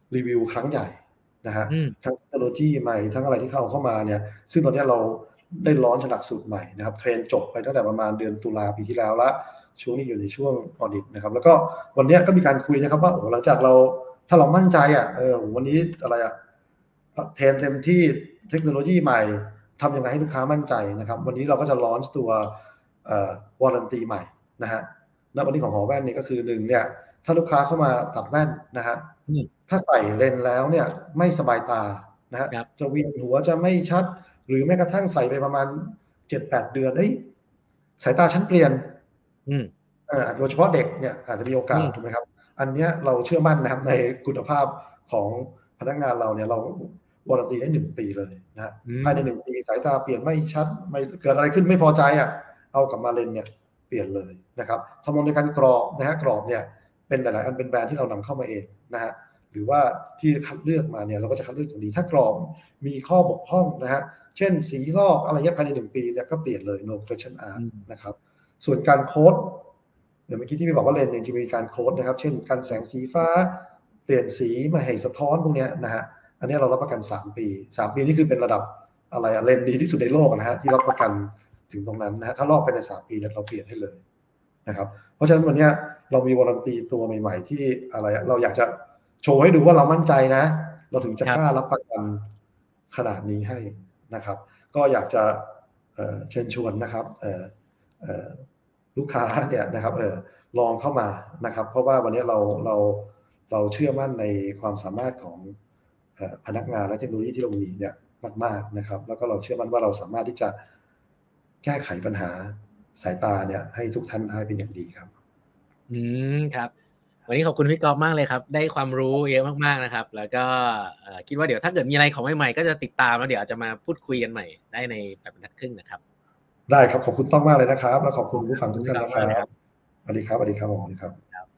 รีวิวครั้งใหญ่นะฮะอืมทั้งเทคโนโลยีใหม่ทั้งอะไรที่เข้าเข้ามาเนี่ยซึ่งตอนนี้เราได้ลอนช์หลักสูตรใหม่นะครับเทรนจบไปตั้งแต่ประมาณเดือนตุลาปีที่แล้วละช่วงนี้อยู่ในช่วงออดิตนะครับแล้วก็วันนี้ก็มีการคุยนะครับว่าโอ้หลังจากเราถ้าเรามั่นใจอ่ะเออวันนี้อะไรอ่ะเทรนเต็มที่เทคโนโลยีใหม่ทำยังไงให้ลูกค้ามั่นใจนะครับวันนี้เราก็จะลอนช์ตัวเอ่อวารันตีใหม่นะฮะณวันนี้ของหอแว่นนี่ก็คือหนึ่งเนี่ยถ้าลูกค้าเข้ามาตัดแว่นนะฮะถ้าใส่เลนส์แล้วเนี่ยไม่สบายตานะฮะจะเวียนหัวจะไม่ชัดหรือแม้กระทั่งใส่ไปประมาณ เจ็ดแปด เดือนเฮ้ยสายตาฉันเปลี่ยนอืมเอ่อโดยเฉพาะเด็กเนี่ยอาจจะมีโอกาสถูกไหมครับอันเนี้ยเราเชื่อมั่นนะครับในคุณภาพของพนักงานเราเนี่ยเราวารันตีได้หนึ่งปีเลยนะฮะภายในหนึ่งปีสายตาเปลี่ยนไม่ชัดไม่เกิดอะไรขึ้นไม่พอใจอ่ะเอากลับมาเลนเนี่ยเปลี่ยนเลยนะครับทำนองในการกรอบนะฮะกรอบเนี่ยเป็นหลายๆอันเป็นแบรนด์ที่เรานำเข้ามาเองนะฮะหรือว่าที่คัดเลือกมาเนี่ยเราก็จะคัดเลือกอย่างดีถ้ากรอบมีข้อบกพร่องนะฮะเช่นสีลอกอะไรเงี้ยภายในหนึ่งปีเนี่ยก็เปลี่ยนเลย no question asked นะครับส่วนการโค้ดเดี๋ยวเมื่อกี้ที่พี่บอกว่าเลนส์จริงๆมีการโค้ดนะครับเช่นกันแสงสีฟ้าเปลี่ยนสีมาให้สะท้อนพวกนี้นะฮะอันนี้เรารับประกันสามปีสามปีนี่คือเป็นระดับอะไรอะเลนส์ดีที่สุดในโลกนะฮะที่รับประกันถึงตรงนั้นนะฮะถ้าลอกไปในสามปีเนี่ยเราเปลี่ยนให้เลยนะครับเพราะฉะนั้นวันนี้เรามีวารันตีตัวใหม่ๆที่อะไรเราอยากจะโชว์ให้ดูว่าเรามั่นใจนะเราถึงจะกล้ารับประกันขนาดนี้ให้นะครับก็อยากจะเชิญชวนนะครับลูกค้าเนี่ยนะครับเออลองเข้ามานะครับเพราะว่าวันนี้เราเราเราเชื่อมั่นในความสามารถของพนักงานและเทคโนโลยีที่เรามีเนี่ยมากๆนะครับแล้วก็เราเชื่อมั่นว่าเราสามารถที่จะแก้ไขปัญหาสายตาเนี่ยให้ทุกท่านได้เป็นอย่างดีครับอืมครับวันนี้ขอบคุณพี่ก๊อฟมากเลยครับได้ความรู้เยอะมากๆนะครับแล้วก็คิดว่าเดี๋ยวถ้าเกิดมีอะไรของใหม่ๆก็จะติดตามแล้วเดี๋ยวอาจจะมาพูดคุยกันใหม่ได้ในแบบบรรทัดครึ่งนะครับได้ครับขอบคุณต้องมากเลยนะครับแล้วขอบคุณผู้ฟังทุกท่านนะครับสวัสดีครับสวัสดีครับผมครับ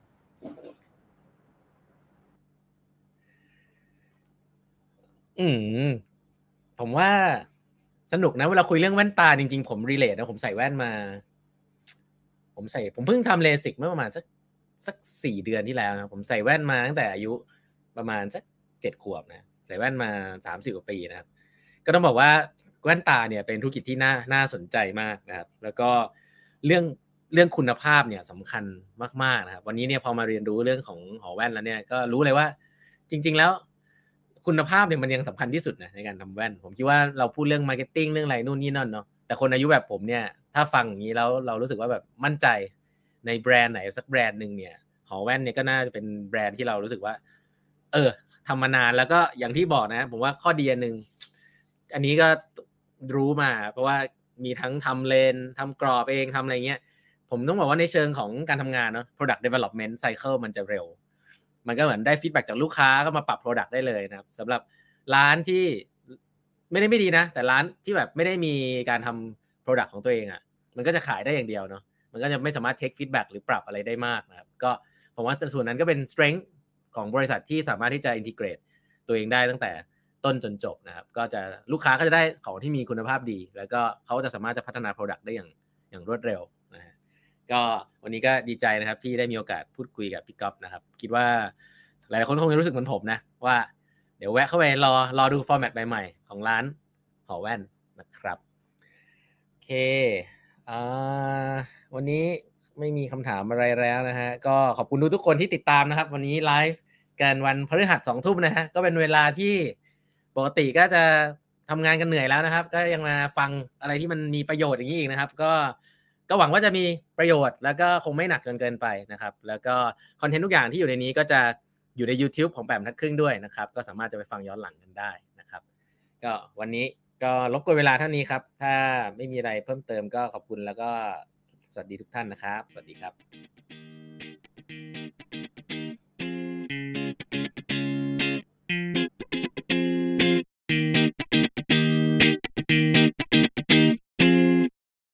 อืมผมว่าสนุกนะเวลาคุยเรื่องแว่นตาจริงๆผมรีเลทนะผมใส่แว่นมาผมใส่ผมเพิ่งทำเลสิกเมื่อประมาณสักสักสี่เดือนที่แล้วนะผมใส่แว่นมาตั้งแต่อายุประมาณสักเจ็ดขวบนะใส่แว่นมาสามสิบกว่าปีนะครับก็ต้องบอกว่าแว่นตาเนี่ยเป็นธุรกิจที่น่าน่าสนใจมากนะครับแล้วก็เรื่องเรื่องคุณภาพเนี่ยสำคัญมากๆนะครับวันนี้เนี่ยพอมาเรียนรู้เรื่องของหอแว่นแล้วเนี่ยก็รู้เลยว่าจริงๆแล้วคุณภาพเนี่ยมันยังสำคัญที่สุดนะในการทำแว่นผมคิดว่าเราพูดเรื่องมาร์เก็ตติ้งเรื่องอะไรนู่นนี่นั่นเนาะแต่คนอายุแบบผมเนี่ยถ้าฟังอย่างนี้แล้วเรารู้สึกว่าแบบมั่นใจในแบรนด์ไหนสักแบรนด์นึงเนี่ยหอแว่นเนี่ยก็น่าจะเป็นแบรนด์ที่เรารู้สึกว่าเออทำมานานแล้วก็อย่างที่บอกนะผมว่าข้อดีอันนึงอันนี้ก็รู้มาเพราะว่ามีทั้งทำเลนทำกรอบเองทำอะไรเงี้ยผมต้องบอกว่าในเชิงของการทำงานเนาะ product development cycle มันจะเร็วมันก็เหมือนได้ฟีดแบ็กจากลูกค้าก็มาปรับ product ได้เลยนะครับสำหรับร้านที่ไม่ได้ไม่ดีนะแต่ร้านที่แบบไม่ได้มีการทำ product ของตัวเองอ่ะมันก็จะขายได้อย่างเดียวเนาะมันก็จะไม่สามารถ take feedback หรือปรับอะไรได้มากนะครับก็ผมว่าส่วนนั้นก็เป็น strength ของบริษัทที่สามารถที่จะ integrate ตัวเองได้ตั้งแต่ต้นจนจบนะครับก็จะลูกค้าก็จะได้ของที่มีคุณภาพดีแล้วก็เขาจะสามารถจะพัฒนา product ได้อย่างอย่างรวดเร็วนะฮะก็วันนี้ก็ดีใจนะครับที่ได้มีโอกาสพูดคุยกับพี่ก๊อฟนะครับคิดว่าหลายๆคนคงจะรู้สึกเหมือนผมนะว่าเดี๋ยวแวะเข้าไปรอรอดูฟอร์แมตใหม่ๆของร้านหอแว่นนะครับโอเคอ่าวันนี้ไม่มีคำถามอะไรแล้วนะฮะก็ขอบคุณทุกคนที่ติดตามนะครับวันนี้ไลฟ์กันวันพฤหัสสองทุ่มนะฮะก็เป็นเวลาที่ปกติก็จะทำงานกันเหนื่อยแล้วนะครับก็ยังมาฟังอะไรที่มันมีประโยชน์อย่างนี้อีกนะครับก็ก็หวังว่าจะมีประโยชน์แล้วก็คงไม่หนักจนเกินไปนะครับแล้วก็คอนเทนต์ทุกอย่างที่อยู่ในนี้ก็จะอยู่ใน YouTube ของแปดบรรทัดครึ่งด้วยนะครับก็สามารถจะไปฟังย้อนหลังกันได้นะครับก็วันนี้ก็รบกวนเวลาเท่านี้ครับถ้าไม่มีอะไรเพิ่มเติมก็ขอบคุณแล้วก็สวัสดีทุกท่านนะครับสวัสดีครับ